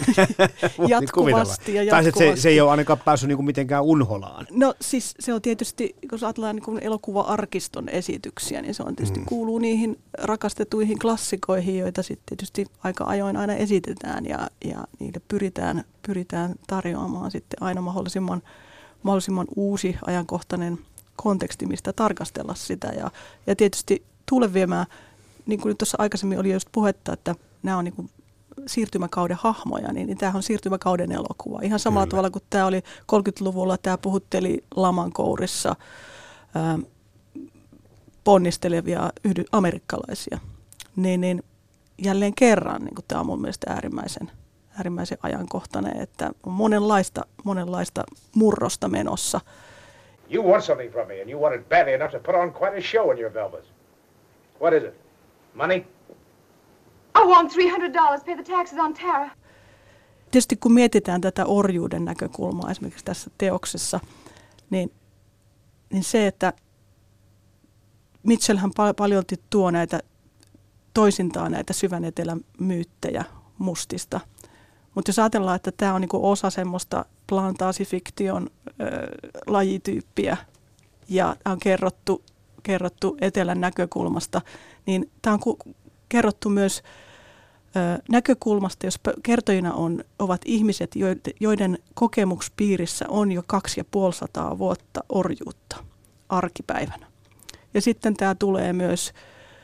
jatkuvasti ja jatkuvasti. Tai se, se ei ole ainakaan päässyt niinku mitenkään unholaan. No siis se on tietysti, jos ajatellaan niin elokuva-arkiston esityksiä, niin se on tietysti mm. kuuluu niihin rakastetuihin klassikoihin, joita sitten tietysti aika ajoin aina esitetään ja, ja niille pyritään, pyritään tarjoamaan sitten aina mahdollisimman, mahdollisimman uusi ajankohtainen konteksti, mistä tarkastella sitä. Ja, ja tietysti Tuulen viemää, niin kuin nyt tuossa aikaisemmin oli just puhetta, että nämä on niin kuin siirtymäkauden hahmoja, niin, niin tämähän on siirtymäkauden elokuva. Ihan samalla Kyllä. tavalla kuin tämä oli kolmekymmentäluvulla, tämä puhutteli laman kourissa ää, ponnistelevia yhdy- amerikkalaisia. Niin, niin jälleen kerran niin tämä on mun mielestä äärimmäisen, äärimmäisen ajankohtainen, että on monenlaista, monenlaista murrosta menossa. You want something from me and you want it badly enough to put on quite a show in your velvet. What is it? Money? I want three hundred dollars, pay the taxes on Tara. Tietysti kun mietitään tätä orjuuden näkökulmaa esimerkiksi tässä teoksessa, niin, niin se, että Mitchellhän pal- paljolti tuo näitä toisintaa näitä syvän etelän myyttejä mustista. Mutta jos ajatellaan, että tämä on niinku osa semmoista plantaasifiktion ö, lajityyppiä ja on kerrottu, kerrottu etelän näkökulmasta, niin tämä on ku, kerrottu myös ö, näkökulmasta, jos kertojina on, ovat ihmiset, joiden kokemuspiirissä on jo kaksi ja puoli sataa vuotta orjuutta arkipäivänä. Ja sitten tämä tulee myös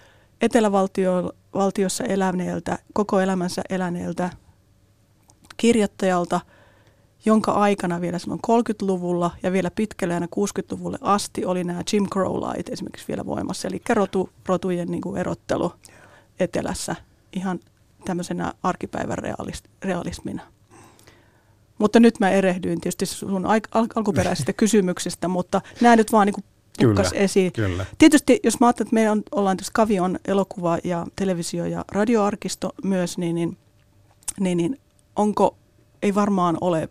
etelävaltiossa eläneeltä, koko elämänsä eläneeltä kirjoittajalta, jonka aikana vielä silloin kolmekymmentäluvulla ja vielä pitkälle aina kuusikymmentäluvulle asti oli nämä Jim Crow-lait esimerkiksi vielä voimassa, eli rotu, rotujen niin kuin erottelu etelässä ihan tämmöisenä arkipäivän realismina. Mutta nyt mä erehdyin tietysti sun al- alkuperäisestä kysymyksestä, mutta nämä nyt vaan niin kuin pukkas esiin. Kyllä. Tietysti jos mä ajattelen, että me on, ollaan tietysti Kavion elokuva ja televisio- ja radioarkisto myös, niin, niin, niin, niin onko, ei varmaan ole,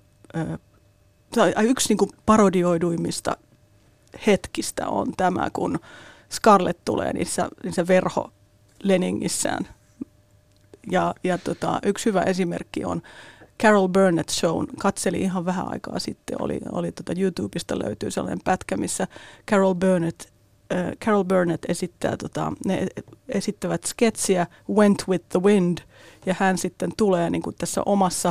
ö, yksi niin kuin parodioiduimmista hetkistä on tämä, kun Scarlett tulee niissä, niissä verho Leningissään. Ja, ja tota, yksi hyvä esimerkki on Carol Burnett Show. Katselin ihan vähän aikaa sitten, oli, oli tota YouTubesta löytyy sellainen pätkä, missä Carol Burnett, äh, Carol Burnett esittää, tota, ne esittävät sketsiä Went with the Wind, ja hän sitten tulee niin kuin tässä omassa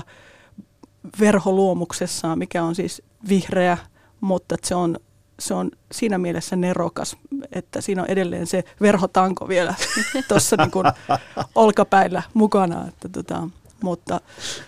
verholuomuksessaan, mikä on siis vihreä, mutta se on, se on siinä mielessä nerokas, että siinä on edelleen se verhotanko vielä tuossa niin kuin olkapäillä mukana. Että tota, mutta,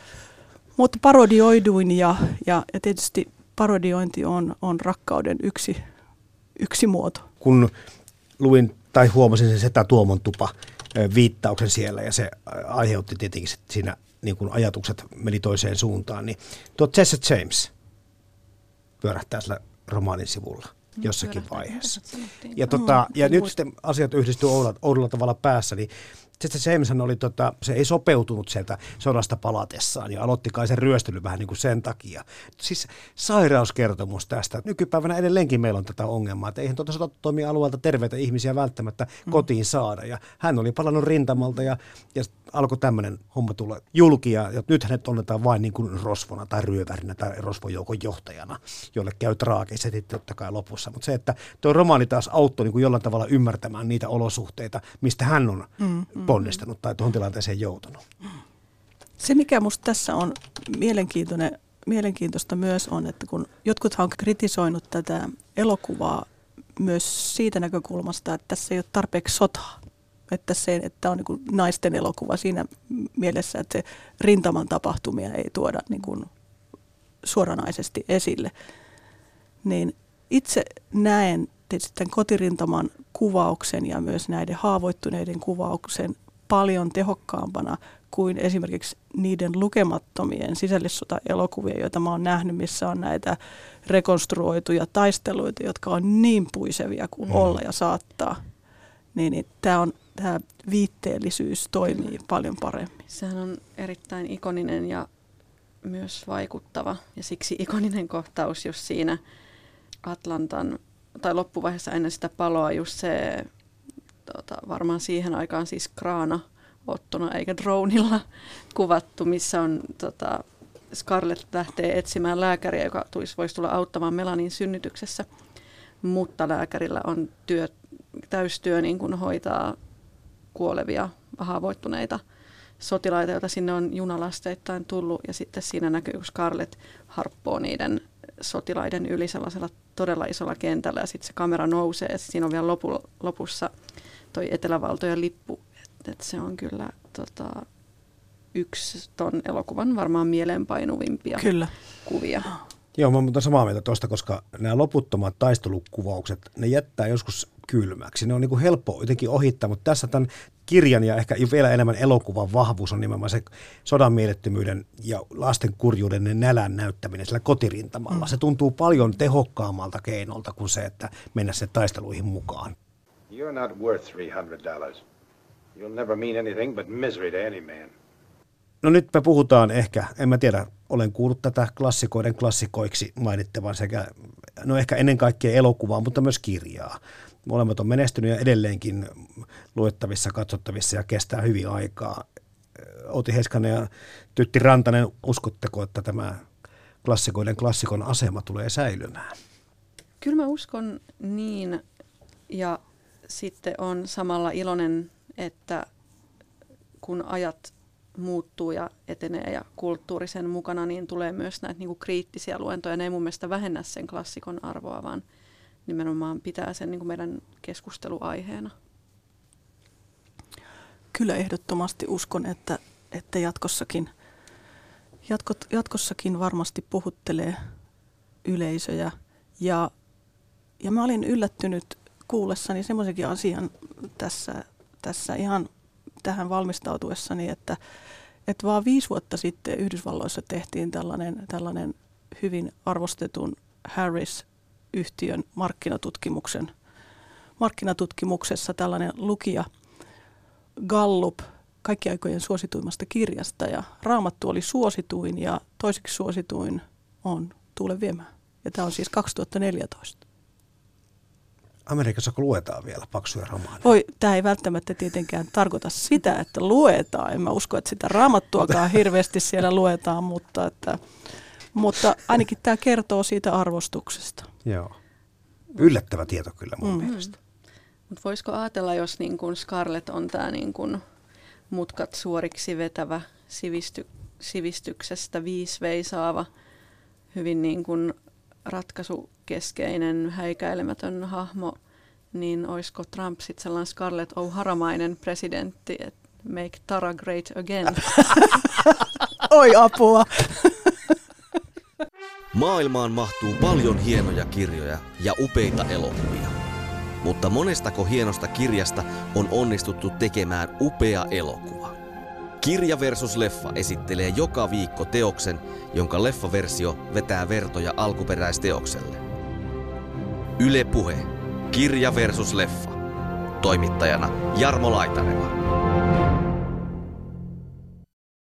mutta parodioiduin ja, ja, ja tietysti parodiointi on, on rakkauden yksi, yksi muoto. Kun luin tai huomasin sen Setä Tuomon tupa viittauksen siellä ja se aiheutti tietenkin siinä niin kun ajatukset meni toiseen suuntaan, niin tuo Jesse James pyörähtää sillä romaanin sivulla jossakin vaiheessa. Ja, tota, mm, ja nyt sitten asiat yhdistyy oudolla, oudolla tavalla päässä, niin Jesse Jameshan oli, tota, se ei sopeutunut sieltä sodasta palatessaan ja aloitti kai sen ryöstelyn vähän niin kuin sen takia. Siis sairauskertomus tästä. Nykypäivänä edelleenkin meillä on tätä ongelmaa, että eihän tuota sotatoimialueelta terveitä ihmisiä välttämättä mm. kotiin saada. Ja hän oli palannut rintamalta ja, ja alkoi tämmöinen homma tulla julki ja, ja nyt hänet onnetaan vain niin kuin rosvona tai ryövärinä tai rosvojoukon johtajana, jolle käy traagiset totta kai lopussa. Mutta se, että tuo romaani taas auttoi niin kuin jollain tavalla ymmärtämään niitä olosuhteita, mistä hän on mm, mm. ponnistanut tai tuohon tilanteeseen joutunut. Se, mikä musta tässä on mielenkiintoinen, mielenkiintoista myös on, että kun jotkuthan on kritisoinut tätä elokuvaa myös siitä näkökulmasta, että tässä ei ole tarpeeksi sotaa. Että se, että on niin kuin naisten elokuva siinä mielessä, että se rintaman tapahtumia ei tuoda niin kuin suoranaisesti esille. Niin itse näen tietysti tämän kotirintaman kuvauksen ja myös näiden haavoittuneiden kuvauksen paljon tehokkaampana kuin esimerkiksi niiden lukemattomien sisällissota-elokuvia, joita mä oon nähnyt, missä on näitä rekonstruoituja taisteluita, jotka on niin puisevia kuin mm. olla ja saattaa. Niin, niin tämä on tämä viitteellisyys toimii paljon paremmin. Sehän on erittäin ikoninen ja myös vaikuttava ja siksi ikoninen kohtaus just siinä Atlantan tai loppuvaiheessa ennen sitä paloa just se tota, varmaan siihen aikaan siis kraana ottona eikä dronella kuvattu, missä on tota, Scarlett lähtee etsimään lääkäriä, joka tulisi, voisi tulla auttamaan Melanin synnytyksessä, mutta lääkärillä on työ, täystyö niin kuin hoitaa kuolevia, haavoittuneita sotilaita, joita sinne on junalasteittain tullut, ja sitten siinä näkyy, kun Scarlett harppoo niiden sotilaiden yli sellaisella todella isolla kentällä, ja sitten se kamera nousee, ja siinä on vielä lopu, lopussa toi Etelävaltojen lippu, että et se on kyllä tota, yksi ton elokuvan varmaan mieleenpainuvimpia kyllä. Joo, kuvia. mä olen samaa mieltä tuosta, koska nämä loputtomat taistelukuvaukset, ne jättää joskus kylmäksi. Ne on niin kuin helppo jotenkin ohittaa, mutta tässä tämän kirjan ja ehkä vielä enemmän elokuvan vahvuus on nimenomaan se sodan mielettömyyden ja lasten kurjuuden ja nälän näyttäminen sillä kotirintamalla. Mm. Se tuntuu paljon tehokkaammalta keinolta kuin se, että mennä se taisteluihin mukaan. You're not worth three hundred dollars. You'll never mean anything but misery to any man. No nyt me puhutaan ehkä, en mä tiedä, olen kuullut tätä klassikoiden klassikoiksi mainittavan sekä, no ehkä ennen kaikkea elokuvaa, mutta myös kirjaa. Molemmat on menestynyt ja edelleenkin luettavissa, katsottavissa ja kestää hyvin aikaa. Outi Heiskanen ja Tytti Rantanen, uskotteko, että tämä klassikoiden klassikon asema tulee säilymään? Kyllä mä uskon niin, ja sitten on samalla iloinen, että kun ajat muuttuu ja etenee ja kulttuurisen mukana, niin tulee myös näitä niin kuin kriittisiä luentoja. Ne ei mun mielestä vähennä sen klassikon arvoa, vaan nimenomaan pitää sen niin kuin meidän keskusteluaiheena. Kyllä ehdottomasti uskon, että, että jatkossakin, jatkot, jatkossakin varmasti puhuttelee yleisöjä. Ja, ja mä olin yllättynyt kuullessani semmoisenkin asian tässä, tässä ihan tähän valmistautuessani, että, että vaan viisi vuotta sitten Yhdysvalloissa tehtiin tällainen, tällainen hyvin arvostetun Harris-yhtiön markkinatutkimuksen, markkinatutkimuksessa tällainen lukija Gallup kaikkien aikojen suosituimmasta kirjasta, ja Raamattu oli suosituin ja toiseksi suosituin on Tuulen viemää. Ja tämä on siis kaksituhattaneljätoista. Amerikassa kun luetaan vielä paksuja romaaneja. Voi, tämä ei välttämättä tietenkään tarkoita sitä, että luetaan. En mä usko, että sitä Raamattuakaan hirveästi siellä luetaan, mutta, että, mutta ainakin tämä kertoo siitä arvostuksesta. Joo. Yllättävä tieto kyllä mun Mm. mielestä. Mutta voisiko ajatella, jos niin kun Scarlett on tämä niin kun mutkat suoriksi vetävä, sivisty, sivistyksestä viisveisaava, hyvin niin kun ratkaisukeskeinen, häikäilemätön hahmo, niin olisiko Trump sitten sellainen Scarlett O'Haramainen presidentti, että make Tara great again? Oi apua! Maailmaan mahtuu paljon hienoja kirjoja ja upeita elokuvia. Mutta monestako hienosta kirjasta on onnistuttu tekemään upea elokuva? Kirja versus leffa esittelee joka viikko teoksen, jonka leffaversio vetää vertoja alkuperäisteokselle. Yle Puhe. Kirja versus leffa. Toimittajana Jarmo Laitaneva.